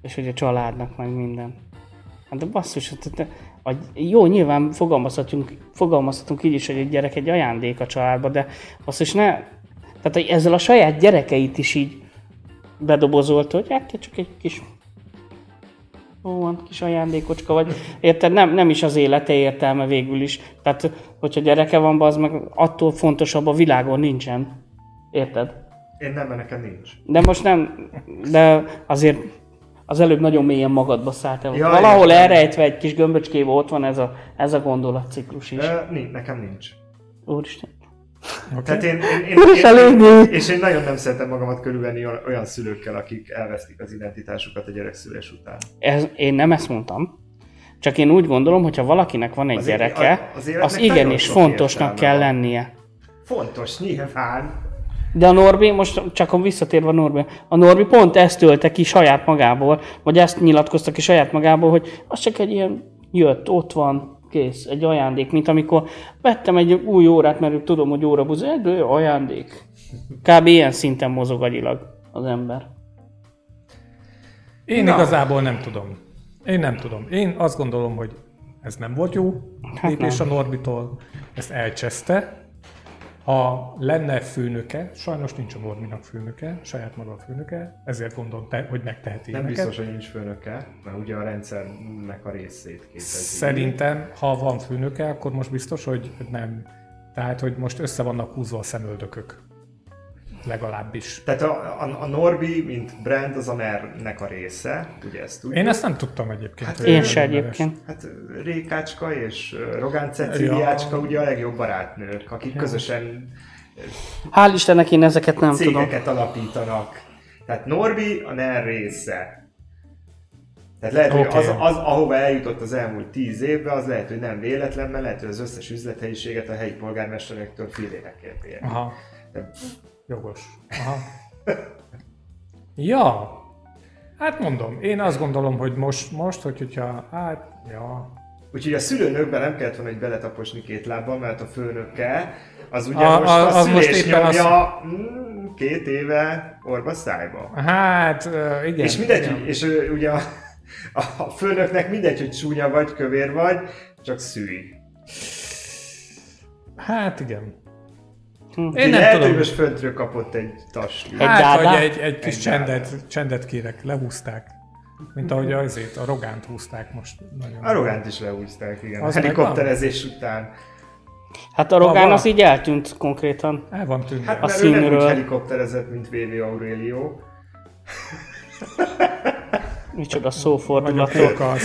És hogy a családnak meg minden. Hát de basszus, jó, nyilván fogalmazhatunk így is, hogy egy gyerek egy ajándék a családba, de basszus ne... Tehát ezzel a saját gyerekeit is így bedobozolt, hogy hát te csak egy kis... Ó, van, kis ajándékocska vagy. Érted? Nem is az élete értelme végül is. Tehát, hogyha gyereke van, az meg attól fontosabb a világon nincsen. Érted? Én nem, mert nekem nincs. De most nem, de azért az előbb nagyon mélyen magadba szálltál. Ja, valahol elrejtve egy kis gömböcskébe ott van ez a gondolatciklus is. Nekem nincs. Úristen. Okay. Tehát én nagyon nem szeretem magamat körülvenni olyan szülőkkel, akik elvesztik az identitásukat a gyerekszülés után. Én nem ezt mondtam. Csak én úgy gondolom, hogyha valakinek van egy gyereke, az igenis fontosnak kell lennie. Fontos, nyilván. De a Norbi, most csak visszatérve a Norbi, a Norbi pont ezt ölte ki saját magából, vagy ezt nyilatkozta ki saját magából, hogy az csak egy ilyen jött, ott van, kész, egy ajándék, mint amikor vettem egy új órát, mert tudom, hogy óra buzi, de ajándék. Kb. Ilyen szinten mozog agyilag az ember. Én igazából nem tudom. Én nem tudom. Én azt gondolom, hogy ez nem volt jó lépés a Norbitól, ezt elcseszte. Ha lenne főnöke, sajnos nincs a Norbinak főnöke, saját maga a főnöke, ezért gondolom, hogy megteheti. Nem biztos, hogy nincs főnöke, mert ugye a rendszernek a részét képezi. Szerintem, ha van főnöke, akkor most biztos, hogy nem. Tehát, hogy most össze vannak húzva a szemöldökök. Legalábbis. Tehát a Norbi, mint brand, az a NER-nek a része, ugye ezt tudjuk. Én ezt nem tudtam egyébként. Hát én se egyébként. Hát Rékácska és Rogán Cecíliácska ugye a legjobb barátnők, akik közösen hál' Istennek én ezeket nem tudom. Cégeket alapítanak. Tehát Norbi a NER része. Tehát lehet, hogy az, ahova eljutott az elmúlt 10 évben, az lehet, hogy nem véletlen, mert lehet, hogy az összes üzlethelyiséget a helyi polgármesterektől fillérekért ér. Aha. Jogos. Aha. Ja. Hát mondom, én azt gondolom, hogy most hogyha, hát, ja. Úgyhogy a szülőnökben nem kellett volna, hogy beletaposni két lábbal, mert a főnöke az ugye most a szülés nyomja 2 éve orba szájba. Hát, igen. És mindegy, igen. És ugye a főnöknek mindegy, hogy csúnya vagy, kövér vagy, csak szűj. Hát igen. Én nem tudom. Hogy most föntről kapott egy tasli. Hát, hogy egy kis csendet kérek, lehúzták. Mint ahogy a Rogánt húzták most. Nagyon a Rogánt is lehúzták, igen. A helikopterezés után. Hát a Rogán az így eltűnt konkrétan. El van tűnve. Hát mert ő nem úgy helikopterezett, mint VV Aurelio. Micsoda szófordulatok.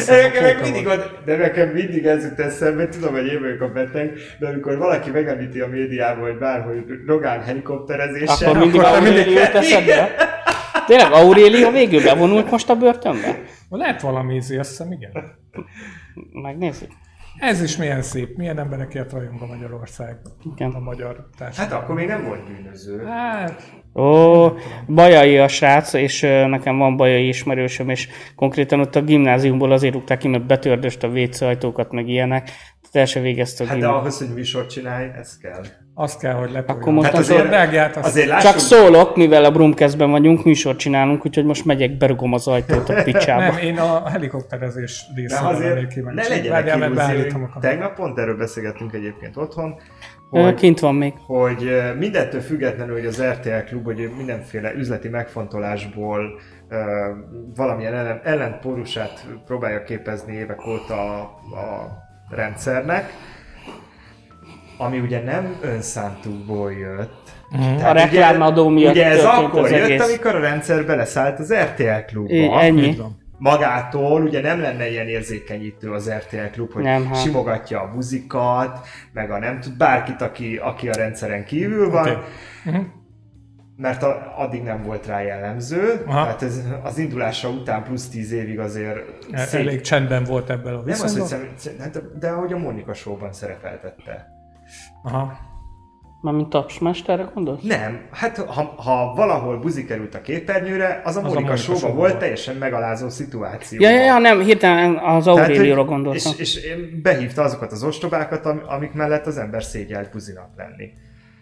Nekem mindig ez jut eszembe, tudom, hogy én vagyok a beteg, de amikor valaki megemlíti a médiában, hogy bárhogy Rogán helikopterezéssel, akkor mindig Aurelio eszedbe. Tényleg Aurelio végül bevonult most a börtönbe? Lehet valami azt hiszem, igen. Megnézzük. Ez is milyen szép, milyen emberekért rajong a Magyarország, igen. A magyar társadalom. Hát akkor még nem volt bűnöző. Hát... Bajai a srác, és nekem van bajai ismerősöm, és konkrétan ott a gimnáziumból azért rúgták ki, mert betördöst a WC ajtókat, meg ilyenek. Tehát el se végezte a Hát de ahhoz, hogy műsort csinálj, ez kell. Azt kell, hogy lepoljon. Akkor most hát azért lássuk... Csak szólok, mivel a Brumcastben vagyunk, műsort csinálunk, úgyhogy most megyek, berugom az ajtót a picsába. Nem, én a helikopterezés részére lennék kíváncsi. Ne legyenek illúzióink. Tegnap pont erről beszélgettünk egyébként otthon. Kint van még. Hogy mindentől függetlenül, hogy az RTL Klub, hogy mindenféle üzleti megfontolásból valamilyen ellentpórusát próbálja képezni évek óta a rendszernek, ami ugye nem önszántukból jött. A reklámadó miatt ugye ez akkor jött, egész. Amikor a rendszer beleszállt az RTL Klubba. Ennyi. Magától, ugye nem lenne ilyen érzékenyítő az RTL Klub, hogy nem, simogatja a buzikat, meg a nem tud, bárkit, aki a rendszeren kívül van. Okay. Mert addig nem volt rá jellemző, tehát ez az indulása után plusz 10 évig azért... Elég csendben volt ebből a viszonyban. Nem az, hogy de ahogy a Monika Show-ban szerepeltette. Aha. Mármint tapsmesterre gondolsz? Nem, hát ha valahol buzi került a képernyőre, az a Monika Show-ban volt teljesen megalázó szituáció. Ja, nem, hirtelen az Aurelióra gondoltam. És behívta azokat az ostobákat, amik mellett az ember szégyelt buzinak lenni.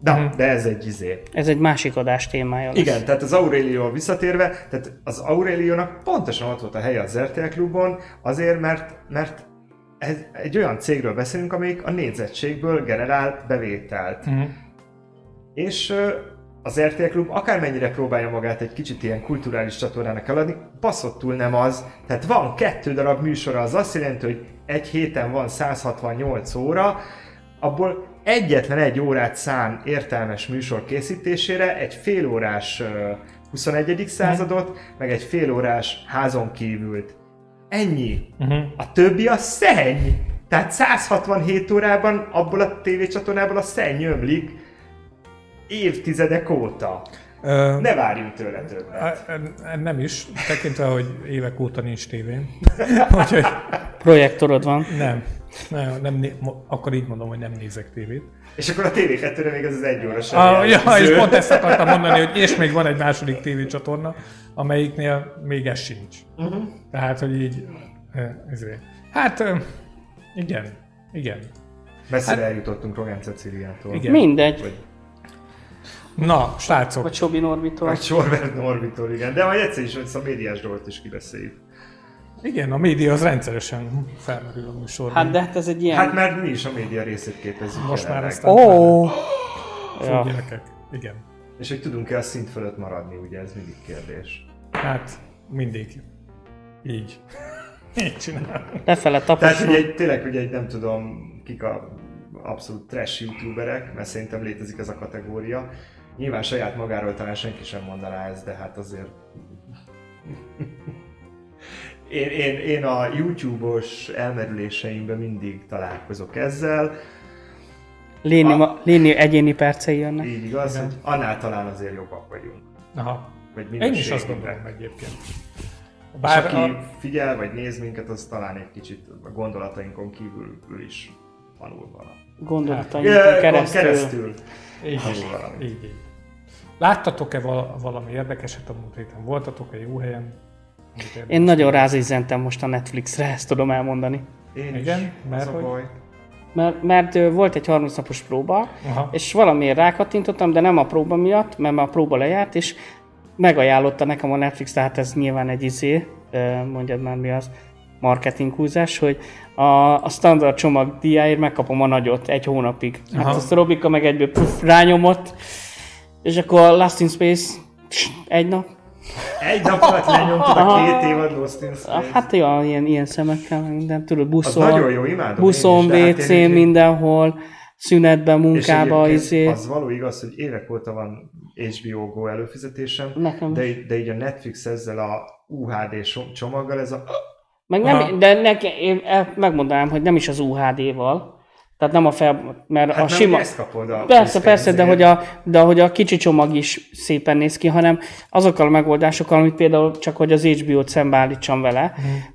De ez egy izé. Ez egy másik adás témája lesz. Igen, tehát az Aurelio visszatérve, tehát az Aureliónak pontosan ott volt a helye az RTL Klubon, azért, mert ez egy olyan cégről beszélünk, amelyik a négyzetségből generál bevételt. És az RTL Klub akármennyire próbálja magát egy kicsit ilyen kulturális csatornának eladni, baszottul nem az. Tehát van 2 darab műsora, az azt jelenti, hogy egy héten van 168 óra, abból egyetlen egy órát szán értelmes műsor készítésére, egy fél órás 21. századot, meg egy fél órás házon kívült. Ennyi. A többi a szenny. Tehát 167 órában abból a tévécsatornából a szenny ömlik évtizedek óta. Ne várjunk tőle többet. Nem is, tekintve, hogy évek óta nincs tévén. Projektorod van. Nem, akkor így mondom, hogy nem nézek tévét. És akkor a TV2-re még az 1 óra sem és pont ezt akartam mondani, hogy és még van egy második tévécsatorna, amelyiknél még ez sincs. Tehát, hogy így... Hát, igen. Messzire eljutottunk Rogán Ceciliától. Igen. Mindegy. Na, srácok. Vagy Csobi Norbitól. Vagy Sorbert Norbitól, igen. De majd egyszer is ezt a médiás dolgot is kibeszéljük. Igen, a média az rendszeresen felmerül a műsorban. Hát de hát ez egy ilyen... Hát mert mi is a média részét képezzük. Most már aztán... Gyerekek, igen. És hogy tudunk-e a szint fölött maradni, ugye ez mindig kérdés. Hát mindig. Így. Így csinálom. Lefele taposom. Tehát tényleg ugye nem tudom kik a abszolút trash youtuberek, mert szerintem létezik ez a kategória. Nyilván saját magáról talán senki sem mondaná ezt, de hát azért... Én a YouTube-os elmerüléseimben mindig találkozok ezzel. Léni egyéni percei jönnek. Így igaz, hogy annál talán azért jobbak vagyunk. Aha. Én is azt gondolom egyébként. Bár aki figyel vagy néz minket, az talán egy kicsit a gondolatainkon kívül is tanul valami. Gondolatainkon keresztül. Így. Láttatok-e valami érdekeset a múlt héten? Voltatok-e jó helyen? Én nagyon rázizzentem most a Netflixre, ezt tudom elmondani. Én igen, is. mert hogy? Mert volt egy 30 napos próba, és valamiért rákattintottam, de nem a próba miatt, mert már a próba lejárt, és megajánlotta nekem a Netflix, tehát ez nyilván egy mondjad már mi az, marketinghúzás, hogy a standard csomag díjáért megkapom a nagyot 1 hónapig. Hát azt a Robika meg egyből rányomott, és akkor Lost in Space 1 nap. 1 nap alatt lenyomtad a 2 évad Lost in Space? Hát ilyen szemekkel, minden, tudod, buszon, az nagyon jó, imádom buszon, WC-n, mindenhol, szünetben, munkába, az való igaz, hogy évek óta van HBO Go előfizetésem, de így a Netflix ezzel a UHD csomaggal, ez a... Meg nem, de én megmondanám, hogy nem is az UHD-val, tehát nem mert hát a sima... ezt kapod a Persze, de hogy a kicsi csomag is szépen néz ki, hanem azokkal a megoldásokkal, amit például csak hogy az HBO-t szembeállítsam vele,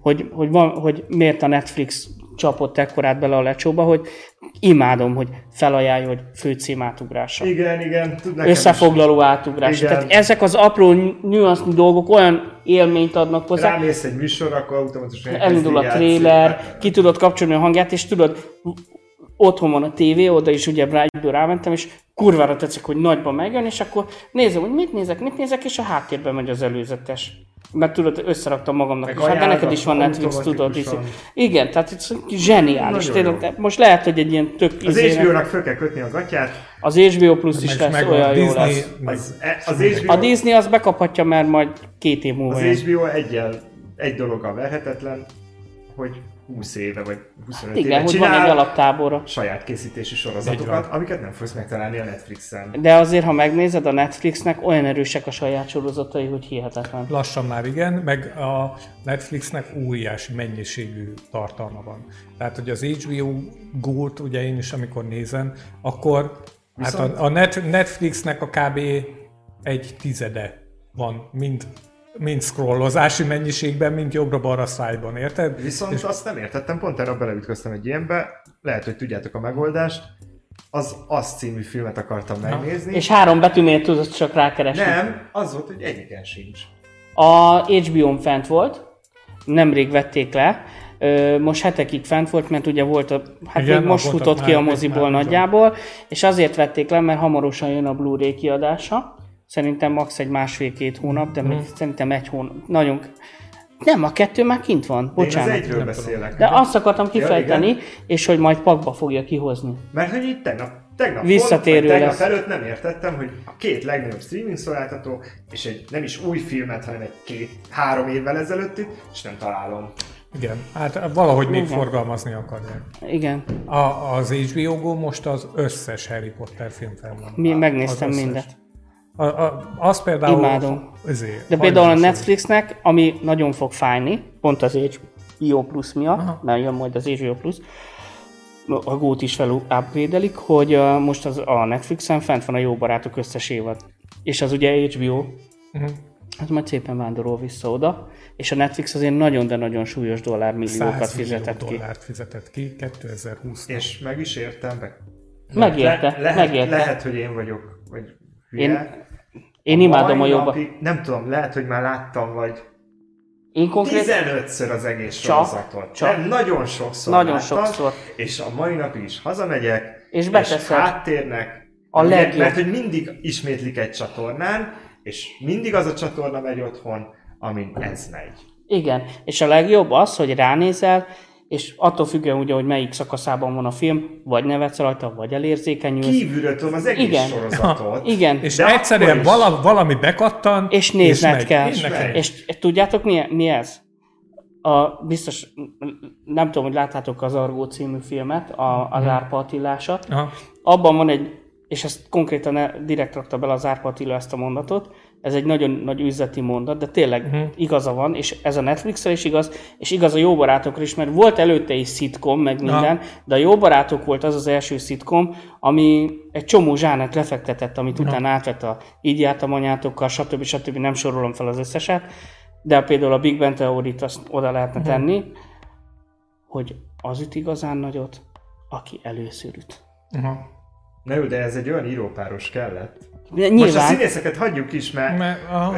hogy miért a Netflix csapott ekkorát bele a lecsóba, hogy imádom, hogy felajánlja, hogy főcím átugrása. Igen. Összefoglaló átugrása. Tehát ezek az apró nüansznyi dolgok olyan élményt adnak hozzá. Rámész egy műsor, akkor automatikusan elindul a trailer, ki tudod kapcsolni a hangját, és tudod, otthon van a tévé, oda is ugye egyből rámentem, és kurvára tetszik, hogy nagyban megjön, és akkor nézem, hogy mit nézek, és a háttérben megy az előzetes. Mert tudod, összeraktam magamnak, és hát de neked is van Netflix, tudod. Igen, tehát ez zseniális. Tényleg, most lehet, hogy egy ilyen tök... Az HBO-nak föl kell kötni a gatyát. Az HBO Plus is lesz, olyan jó lesz. A Disney az bekaphatja, mert majd 2 év múlva. Az HBO egy dologgal verhetetlen, hogy 20 éve vagy 25 éve csinál, van egy alaptábora. Saját készítési sorozatokat, amiket nem fogsz megtalálni a Netflixen. De azért, ha megnézed, a Netflixnek olyan erősek a saját sorozatai, hogy hihetetlen. Lassan már igen, meg a Netflixnek óriási mennyiségű tartalma van. Tehát, hogy az HBO Go-t, ugye én is amikor nézem, akkor hát a Netflixnek a kb. 1/10 van, mind scrollozási mennyiségben, mind jobbra-balra szájban, érted? Viszont és azt nem értettem, pont erre beleütköztem egy ilyenbe, lehet, hogy tudjátok a megoldást, az című filmet akartam megnézni. És 3 betűnél tudod csak rákeresni. Nem, az volt, hogy egyiken sincs. A HBO-n fent volt, nemrég vették le, most hetekig fent volt, mert ugye volt hát igen, még most futott ki a moziból nagyjából, és azért vették le, mert hamarosan jön a Blu-ray kiadása. Szerintem max. egy 1,5-2 hónap, de még szerintem 1 hónap. Nagyon... Nem, a 2 már kint van, bocsánat. Én az 1-ről beszélek. De azt akartam kifejteni, és hogy majd pakba fogja kihozni. Mert hogy itt tegnap visszatérő tegnap lesz. előtt nem értettem, hogy a 2 legnagyobb streaming szolgáltató, és egy nem is új filmet, hanem egy 2-3 évvel ezelőtti, és nem találom. Igen, hát valahogy még Igen. forgalmazni akarják. Igen. Az HBO Go most az összes Harry Potter film fel van. Megnéztem Az összes. mindet. Az például... Imádom. Azért, De például a hajlamosan. Netflixnek, ami nagyon fog fájni, pont az HBO Plus miatt, Aha. mert jön majd az HBO Plus, a Go-t is fel upgrade-elik, hogy most a Netflixen fent van a Jó Barátok összes évad. És az ugye HBO, az majd szépen vándorol vissza oda, és a Netflix azért nagyon, de nagyon súlyos dollármilliókat 100 millió fizetett ki. dollárt fizetett ki 2020. És meg is értem be. Megérte, megérte. Lehet, hogy én vagyok, vagy hülye. Én imádom a mai Jó napig, nem tudom, lehet, hogy már láttam, vagy Én konkrét... 15-ször az egész Csak. sorozatot. Csak. Nem, nagyon sokszor Nagyon láttam, sokszor. és a mai napig is hazamegyek, És beteszed. háttérnek, A ugye, legjobb. mert hogy mindig ismétlik egy csatornán, és mindig az a csatorna megy otthon, amin ez megy. Igen, és a legjobb az, hogy ránézel, és attól függően ugye, hogy melyik szakaszában van a film, vagy nevetsz rajta, vagy elérzékenyülsz. Kívülről tudom az egész Igen. sorozatot. Igen, És De egyszerűen akkor is. valami bekattan, és nézned megy. kell. És nekem. És tudjátok mi ez? Biztos, nem tudom, hogy láttátok az Argó című filmet, az Árpa Attilásat. Aha. Abban van egy, és ezt konkrétan direkt rakta bele az Árpa Attila ezt a mondatot, ez egy nagyon nagy üzleti mondat, de tényleg igaza van, és ez a Netflixre is igaz, és igaz a Jó Barátokra is, mert volt előtte is szitkom, meg minden, de a Jó Barátok volt az első szitkom, ami egy csomó zsánert lefektetett, amit utána átvett a Így jártam anyátokkal, stb. Nem sorolom fel az összeset, de például a Big Bang Theory-t azt oda lehetne tenni, hogy az üt igazán nagyot, aki először üt. Aha. Na jó, de ez egy olyan írópáros kellett. De Most a nyilván, színészeket hagyjuk is, mert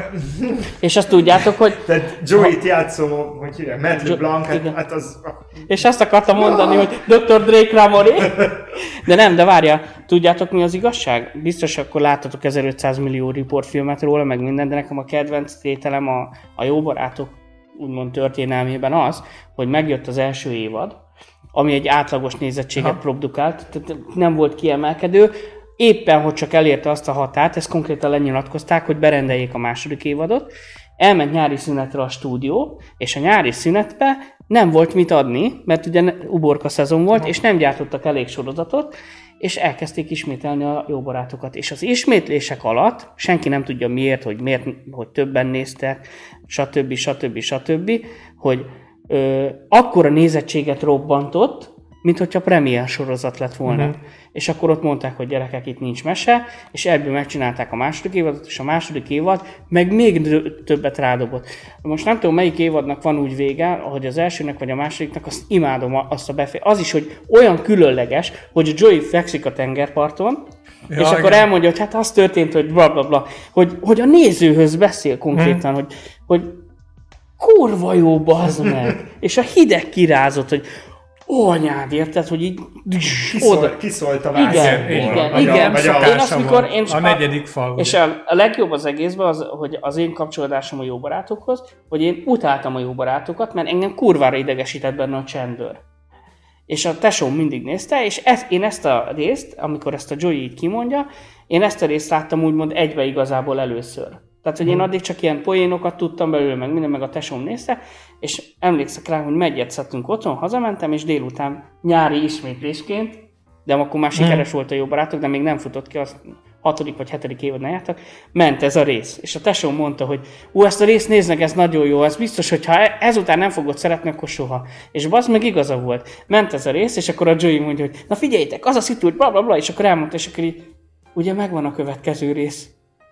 és azt tudjátok, hogy tehát Joey-t játszó, hogy hívják, Matt LeBlanc, igen. hát az... és azt akartam mondani, hogy Dr. Drake Ramori. De nem, de várja, tudjátok mi az igazság? Biztos akkor láttatok 1500 millió riportfilmet róla, meg minden, de nekem a kedvenc tételem a Jó Barátok úgymond történelmében az, hogy megjött az első évad, ami egy átlagos nézettséget produkált, tehát nem volt kiemelkedő, éppen, hogy csak elérte azt a határt, ezt konkrétan lenyilatkozták, hogy berendeljék a második évadot, elment nyári szünetre a stúdió, és a nyári szünetbe nem volt mit adni, mert ugye uborka szezon volt, és nem gyártottak elég sorozatot, és elkezdték ismételni a Jó Barátokat. És az ismétlések alatt senki nem tudja miért, hogy többen néztek, stb. Hogy akkora nézettséget robbantott, mint hogyha premier sorozat lett volna. És akkor ott mondták, hogy gyerekek, itt nincs mese, és ebből megcsinálták a második évadot, és a második évad meg még többet rádobott. Most nem tudom, melyik évadnak van úgy vége, hogy az elsőnek vagy a másodiknak, azt imádom azt a Az is, hogy olyan különleges, hogy a Joey fekszik a tengerparton, és akkor elmondja, hogy hát az történt, hogy blablabla, hogy a nézőhöz beszél konkrétan, hogy kurva jó, bazd meg! És a hideg kirázott, hogy anyád, érted, hogy így oda. Kiszólt a Igen. Én azt, mikor a negyedik fal. És a legjobb az egészben az, hogy az én kapcsolódásom a Jó Barátokhoz, hogy én utáltam a Jó Barátokat, mert engem kurvára idegesített benne a Chandler. És a tesóm mindig nézte, és én ezt a részt, amikor ezt a Joey így kimondja, én ezt a részt láttam úgymond egybe igazából először. Tehát, hogy én addig csak ilyen poénokat tudtam belőle, meg minden, meg a tesóm nézte, és emlékszek rá, hogy megjedszedtünk otthon, hazamentem, és délután nyári ismétlésként, de akkor már sikeres volt a Jó Barátok, de még nem futott ki, az 6. vagy 7. évad jártak, ment ez a rész. És a tesóm mondta, hogy ezt a részt néznek, ez nagyon jó, ez biztos, hogy ha ezután nem fogod szeretni, akkor soha. És bazd meg igaza volt. Ment ez a rész, és akkor a Joey mondja, hogy na figyeljétek, az a szitu, hogy blablabla, és akkor elmondta, és akkor így, ugye megvan a következő rész.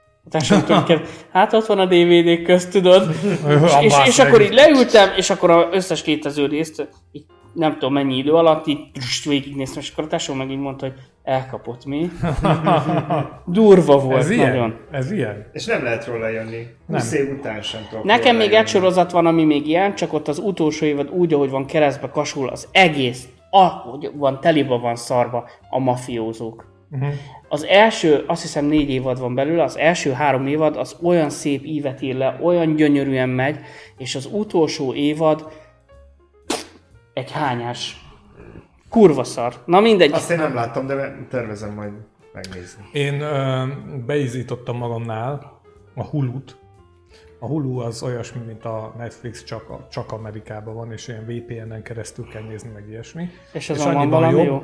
Hát ott van a DVD-k közt, tudod. és akkor így leültem, és akkor az összes létező részt így nem tudom mennyi idő alatt, így végignéztem, és akkor a tesó meg így mondta, hogy elkapott mi. Durva volt nagyon. Ez ilyen? És nem lehet róla jönni. 20 év után sem tudok. Nekem még egy sorozat van, ami még ilyen, csak ott az utolsó évad úgy, ahogy van keresztbe kasul, az egész, ahogy van, teliba van szarva a mafiózók. Az első, azt hiszem 4 évad van belőle, az első 3 évad az olyan szép ívet ír le, olyan gyönyörűen megy, és az utolsó évad egy hányás. Kurva szar. Na mindegy. Azt én nem láttam, de tervezem majd megnézni. Én beizítottam magamnál a Hulu-t. A Hulu az olyasmi, mint a Netflix, csak Amerikában van, és ilyen VPN-en keresztül kell nézni, meg ilyesmi. És azon van jó?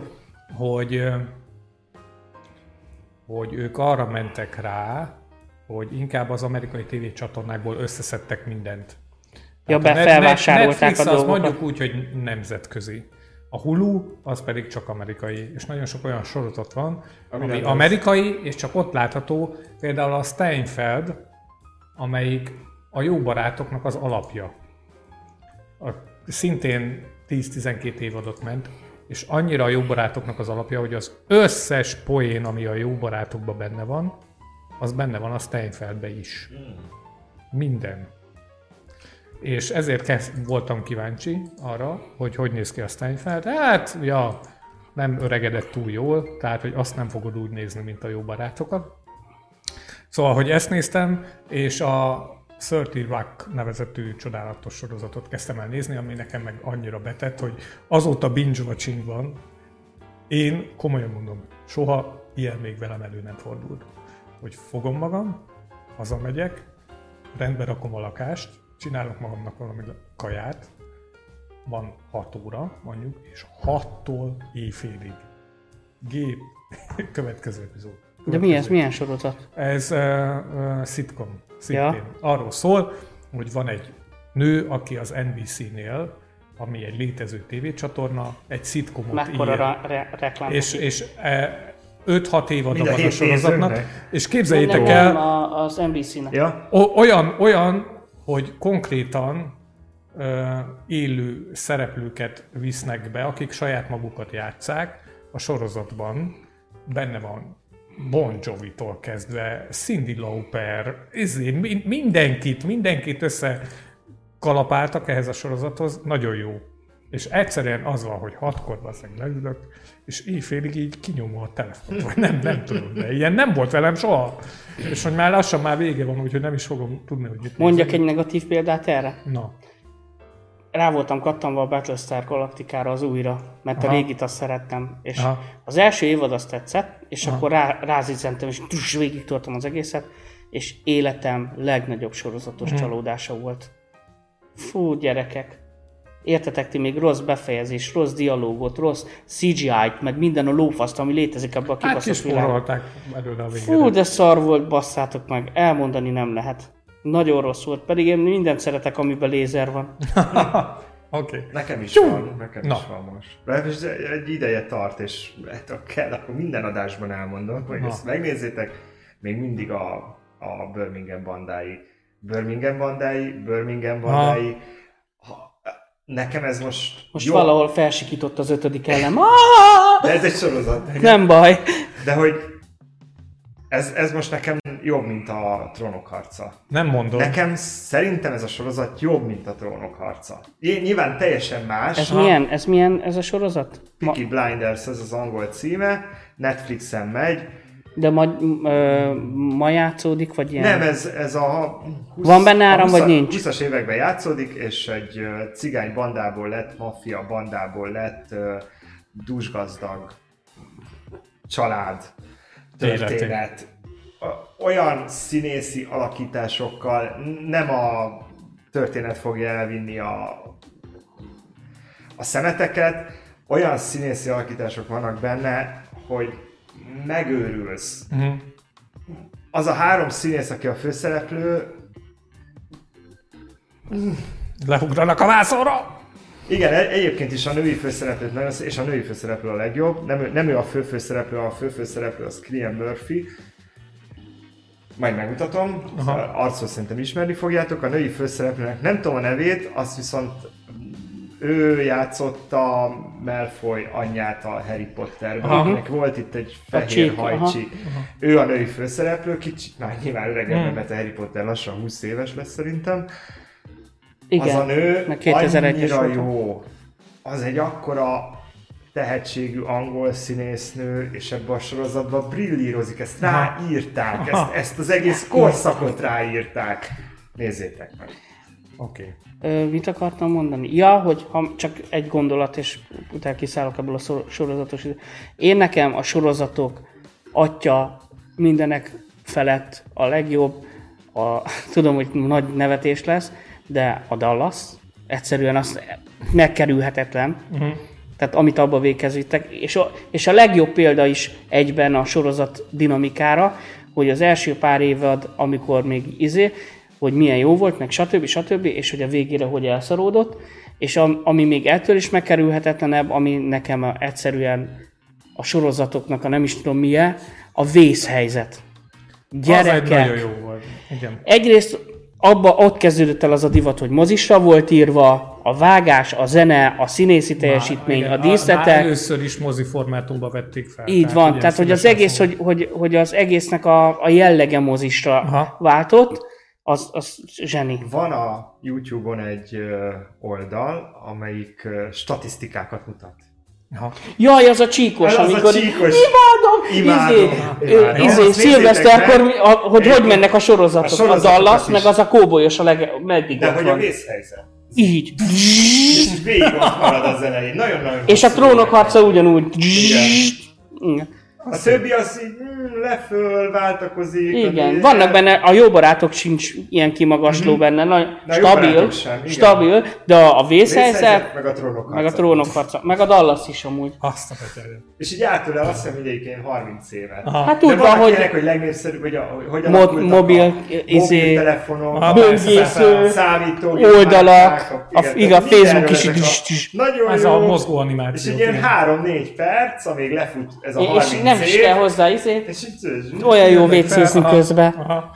Hogy ők arra mentek rá, hogy inkább az amerikai tévécsatornákból összeszedtek mindent. Ja, felvásárolták Netflix a dolgokat. az mondjuk úgy, hogy nemzetközi. A Hulu az pedig csak amerikai, és nagyon sok olyan sorozat van, ami amerikai, és csak ott látható, például a Seinfeld, amelyik a Jó barátoknak az alapja. Szintén 10-12 évadot ment, és annyira a Jó barátoknak az alapja, hogy az összes poén, ami a Jó barátokban benne van, az benne van a Seinfeldben is. Minden. És ezért voltam kíváncsi arra, hogy néz ki a Seinfeld. Hát, ja, nem öregedett túl jól, tehát, hogy azt nem fogod úgy nézni, mint a Jó barátokat. Szóval, hogy ezt néztem, és a 30 Rock nevezetű csodálatos sorozatot kezdtem el nézni, ami nekem meg annyira betett, hogy azóta binge-watching van. Én komolyan mondom, soha ilyen még velem elő nem fordult. Hogy fogom magam, hazamegyek, rendbe rakom a lakást, csinálok magamnak valami kaját, van 6 óra mondjuk, és 6-tól éjfélig. Gép, következő epizód. De mi ez? Milyen sorozat? Ez sitcom. Ja. Arról szól, hogy van egy nő, aki az NBC-nél, ami egy létező tévécsatorna, egy szitcomot mekkora reklám. És 5-6 évada van a sorozatnak. És képzeljétek nem, az NBC-nek. Ja? Olyan, hogy konkrétan élő szereplőket visznek be, akik saját magukat játsszák a sorozatban. Benne van Bon Jovi-tól kezdve, Cyndi Lauper, mindenkit összekalapáltak ehhez a sorozathoz, nagyon jó. És egyszerűen az van, hogy 6-kor leülök, és éjfélig így kinyomom a telefont, vagy nem tudom, de ilyen nem volt velem soha. És hogy már lassan már vége van, úgyhogy nem is fogom tudni, hogy mit mondjak egy negatív példát erre? Na. Rá voltam kattanva a Battlestar Galacticára az újra, mert a régit azt szerettem. És az első évad azt tetszett, és akkor rázizzentem, és végig toltam az egészet, és életem legnagyobb sorozatos csalódása volt. Fú, gyerekek! Értetek ti, még rossz befejezés, rossz dialógot, rossz CGI-t, meg minden a lófaszt, ami létezik ebbe a kibaszott világban. Fú, de szar volt, basszátok meg, elmondani nem lehet. Nagyon rossz volt, pedig én mindent szeretek, amiben lézer van. Okay. Nekem is van most. Egy ideje tart, és kell, akkor minden adásban elmondom, hogy ezt megnézzétek, még mindig a Birmingham bandái. Nekem ez most jó. Valahol felsikított az 5. elem. De ez egy sorozat. Nem baj. De hogy ez most nekem jobb, mint a Trónok harca. Nem mondom. Nekem szerintem ez a sorozat jobb, mint a Trónok harca. Nyilván teljesen más. Ez milyen ez a sorozat? Peaky Blinders, ez az angol címe. Netflixen megy. De ma játszódik, vagy ilyen? Nem, ez a... Van benne áram, vagy nincs? 20-as években játszódik, és egy cigány bandából lett, maffia bandából lett dúsgazdag család történet. Olyan színészi alakításokkal nem a történet fogja elvinni a szemeteket, olyan színészi alakítások vannak benne, hogy megőrülsz. Az a 3 színész, aki a főszereplő... Leugranak a vászonra! Igen, egyébként is a női főszereplőt nagyon szép, és a női főszereplő a legjobb. Nem ő a főszereplő, a főszereplő az Cillian Murphy. Majd megmutatom, arcról szerintem ismerni fogjátok. A női főszereplőnek nem tudom a nevét, azt viszont ő játszotta Malfoy anyját a Harry Potterben, akinek volt itt egy fehér hajcsík. Ő a női főszereplő, kicsit már nyilván öregebb, mert a Harry Potter lassan 20 éves lesz szerintem. Igen, az a nő annyira volt. jó. Az egy akkora tehetségű angol színésznő, és ebben a sorozatban brillírozik, ezt ráírták, ezt az egész korszakot ráírták. Nézzétek meg. Oké. Mit akartam mondani? Ja, hogy ha csak egy gondolat, és utána kiszállok ebből a sorozatos idő. Én nekem a sorozatok atya mindenek felett a legjobb, tudom, hogy nagy nevetés lesz, de a Dallas egyszerűen az megkerülhetetlen. Tehát amit abba végezítek. És a legjobb példa is egyben a sorozat dinamikára, hogy az első pár évad, amikor még hogy milyen jó volt, meg stb. És hogy a végére hogy elszaródott. És ami még ettől is megkerülhetetlenebb, ami nekem egyszerűen a sorozatoknak a nem is tudom milyen, a vészhelyzet. Gyerekek. Az egy nagyon jó volt. Igen. Egyrészt ott kezdődött el az a divat, hogy mozisra volt írva, a vágás, a zene, a színészi teljesítmény, a díszletek. Először is mozi formátumba vették fel. Így van, tehát hogy az egész, hogy az egésznek a jellege mozisra váltott, az zseni. Van a YouTube-on egy oldal, amelyik statisztikákat mutat. Jaj, az a csíkos, amikor... Imádom! Szilveszterkor, hogy mennek a sorozatok. A Dallas, meg az a kóbolyos meddig de ott hogy van. a vészhelyzet. Így. És végig ott marad az elején. Nagyon-nagyon. És a Trónok harca ugyanúgy. Igen. A többi az így leföl, váltakozik. Igen, vannak benne, a Jó Barátok sincs ilyen kimagasló benne, stabil, de a vészhelyzet, meg a Trónok harca, meg a Dallas is amúgy. Azt a beterjed. És így áll azt hiszem idején 30 évet. Hát úgy van, hogy... hogy legnépszerűbb, hogy mobiltelefonok, böngésző, számítógép, oldalak, a Facebook is. Nagyon jó. Ez a mozgó animáció. És egy ilyen 3-4 perc, amíg lefut ez a 30 év. És nem is kell hozzá olyan jó vécézni közben.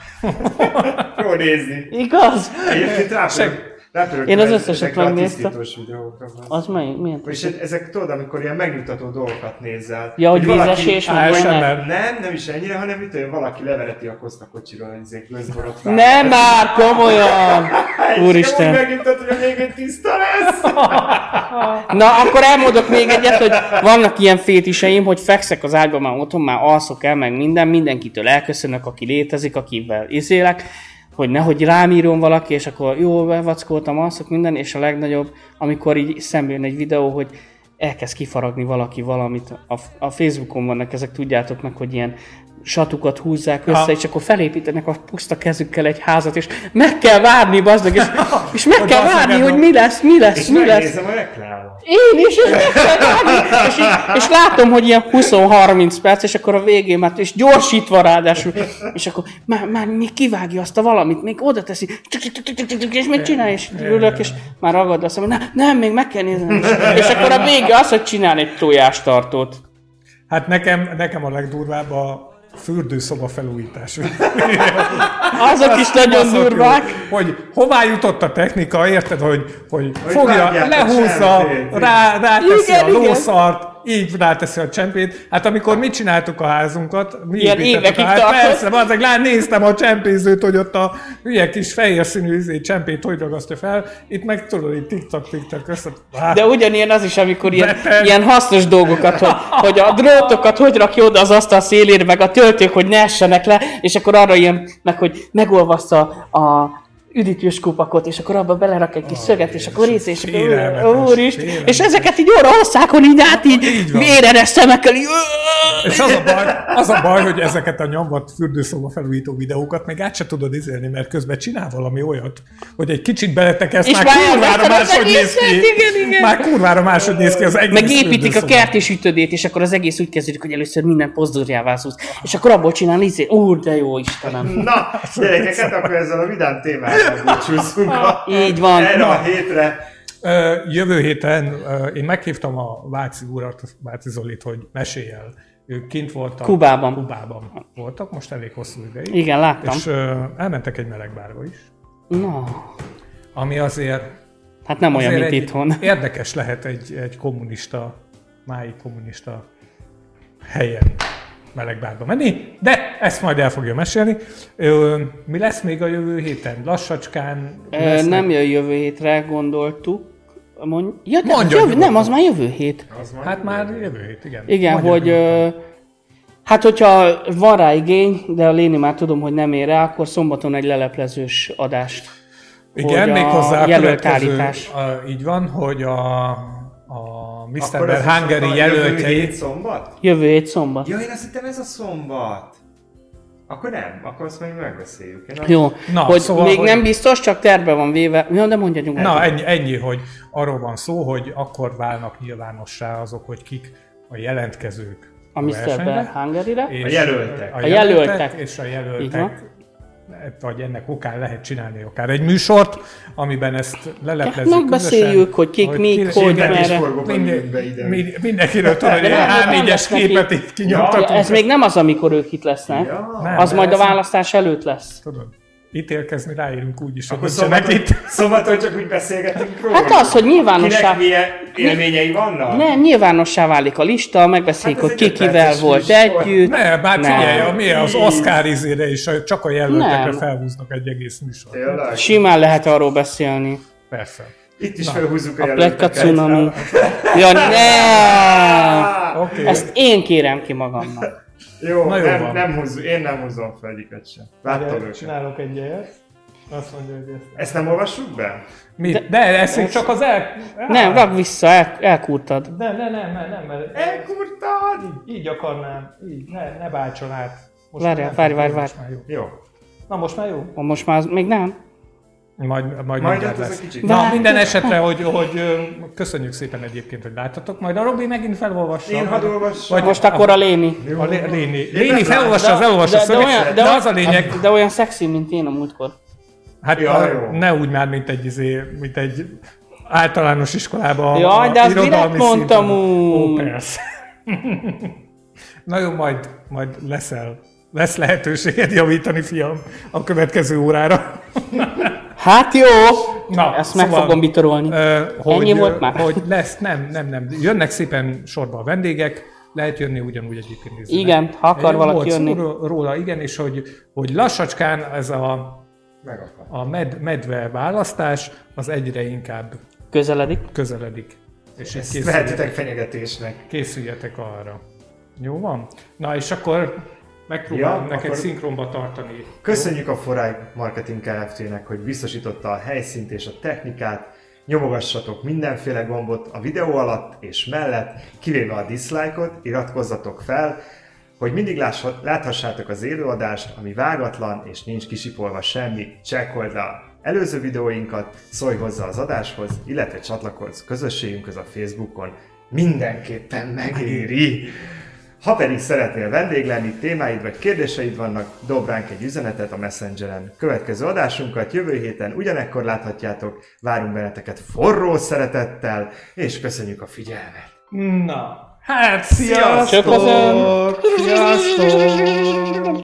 Jó nézni. Igaz? Egyébként én az összeset megnéztem. Az milyen? És ezek tudod, amikor ilyen megnyugtató dolgokat nézel. Ja, hogy vízesés, nem is ennyire, hanem itt valaki levereti a Costa kocsiról, ezek közborotván. Nem már, komolyan! Úristen! És megnyugtat, hogy a végén tiszta lesz. Na, akkor elmondok még egyet, hogy vannak ilyen fétiseim, hogy fekszek az ágyban, már otthon, már alszok el, meg mindenkitől elköszönök, aki létezik, akivel izélek, hogy nehogy rám írjon valaki, és akkor jó, bevackoltam, alszok minden, és a legnagyobb, amikor így szembe jön egy videó, hogy elkezd kifaragni valaki valamit. A Facebookon vannak ezek, tudjátok meg, hogy ilyen satukat húzzák össze, és akkor felépítenek a puszta kezükkel egy házat, és meg kell várni, bazdag, és meg kell várni, hogy mi lesz. És megnézem a reklámot. Én is, és látom, hogy ilyen 20-30 perc, és akkor a végén már, és gyorsítva ráadásul, és akkor már még kivágja azt a valamit, még oda teszi, és még csinálja, és ülök, és már ragad azt, hogy nem, még meg kell nézni. És akkor a vége az, hogy csinál egy tojástartót. Hát nekem a legdurvább a fürdőszoba felújítás. Azok is nagyon durvák. Hogy hová jutott a technika, érted, hogy fogja, lehúzza, ráteszi a lószart, így ráteszi a csempét. Hát amikor mi csináltuk a házunkat, ilyen évekig persze, néztem a csempézőt, hogy ott a hülye kis fehér színű csempét hogy ragasztja fel, itt meg tudod, így tiktak De ugyanilyen az is, amikor ilyen hasznos dolgokat, hogy a drótokat hogy rakja oda az asztal szélére, meg a töltők, hogy ne essenek le, és akkor arra jön meg, hogy megolvaszta a üdítős kupakot, és akkor abba belerak egy kis szöget, és akkor rész, és akkor és ezeket így óra hosszákon így át, így véreres szemekkel, így... És az a baj, hogy ezeket a nyomvat fürdőszoba felújító videókat még át se tudod izélni, mert közben csinál valami olyat, hogy egy kicsit beletekezsz, már kurvára máshogy néz ki. Igen. Már kurvára máshogy néz ki az egész. Megépítik a kertésütödét, és akkor az egész úgy kezdődik, hogy először minden pozdorjává szúsz, és akkor abból csinál de jó Istenem. Na, gyerekeket, akkor ezzel a vidám témával búcsúzzunk így van. Erre a hétre. Jövő héten én meghívtam a Váci urat, Váci Zolit, hogy mesélj el. Ők kint voltak. Kubában voltak, most elég hosszú ideig. Igen, láttam. És elmentek egy melegbárba is. No. Ami azért Hát nem olyan, Azért mint itthon. Érdekes lehet egy kommunista, mái kommunista helyen melegbárba menni, de ezt majd el fogja mesélni. Mi lesz még a jövő héten? Lassacskán lesznek... Nem jön jövő hétre, gondoltuk. Mondja, nem, az már jövő hét. Hát már jövő hét, igen. Igen, Mondja, hogy... Hát, hogyha van rá igény, de a Léni már tudom, hogy nem ér rá, akkor szombaton egy leleplezős adást. Igen, méghozzá a következő, így van, hogy a Mr. Hungary jelöltjei... Jövő hét szombat? Jövő hét szombat. Ja, én azt hittem ez a szombat. Akkor nem, akkor azt majd megbeszéljük. Jó, hogy szóval, még nem biztos, csak terve van véve. Ja, de mondja nyugodtan. Na, ennyi, hogy arról van szó, hogy akkor válnak nyilvánossá azok, hogy kik a jelentkezők a Mr. Hungary-re. A jelöltek. A jelöltek. És a jelöltek. Vagy ennek okán lehet csinálni akár egy műsort, amiben ezt leleplezzük megbeszéljük, hogy kik, mik, hogy, merre. Mindenkiről tudod, hogy A4-es képet így kinyomtatunk. Ez még nem az, amikor ők itt lesznek. Ja, az majd a választás előtt lesz. Tudod, ítélkezni ráérünk úgy is, hogy nincsenek itt. Szombaton csak úgy beszélgetünk róla. Hát az, hogy nyilvánossá... Kinek milyen élményei vannak? Nem, nyilvánossá válik a lista, megbeszéljük, hogy ki kivel volt együtt. Nem, bár figyelj, az Oscar izére is csak a jelöltekre felhúznak egy egész műsort. Simán lehet arról beszélni. Persze. Itt is felhúzzuk a jelölteket. A Pletka Cunami. Ja, nem! Okay. Ezt én kérem ki magamnak. Jó, én nem húzom fel egyiket sem. Láttam őket. Csinálok egy ilyet. Azt mondja, hogy ezt nem olvassuk be? De ezt csak az Nem, rakd vissza, elkúrtad. Nem, mert... Elkúrtad? Így akarnám, így, ne váltson át. Várj. Jó. Na most már jó? Most már még nem. Majd lesz. Na, minden esetre, hogy köszönjük szépen egyébként, hogy láttatok. Majd a Robi megint felolvassa. Én hadd olvassam. Most akkor a Léni. A Léni felolvassa az elolvassa szöveget, de az a lényeg... De olyan szexi, mint én a múltkor. Hát ne úgy már, mint egy általános iskolában. Jaj, de azt direkt mondtam úgy. Ó, persze. Na jó, majd lesz lehetőséged javítani, fiam, a következő órára. Hát jó! Na, ezt meg fogom bitorolni. Ennyi volt már? Hogy lesz, nem. Jönnek szépen sorba a vendégek, lehet jönni ugyanúgy egyébként nézni. Igen, ha akar valaki jönni. Róla, igen, és hogy lassacskán ez a medve választás az egyre inkább közeledik. És ezt vehetitek fenyegetésnek. Készüljetek arra. Jó van? Na és akkor megpróbálom neked szinkronba tartani. Köszönjük a Foráj Marketing Kft-nek, hogy biztosította a helyszínt és a technikát. Nyomogassatok mindenféle gombot a videó alatt és mellett, kivéve a dislike-ot, iratkozzatok fel, hogy mindig láthassátok az élőadást, ami vágatlan és nincs kisipolva semmi. Csekkold le előző videóinkat, szólj hozzá az adáshoz, illetve csatlakozz közösségünkhöz a Facebookon. Mindenképpen megéri! Ha pedig szeretnél vendég lenni, témáid vagy kérdéseid vannak, dob ránk egy üzenetet a Messengeren. Következő adásunkat jövő héten ugyanekkor láthatjátok, várunk benneteket forró szeretettel, és köszönjük a figyelmet! Na, hát sziasztok! Sziasztok!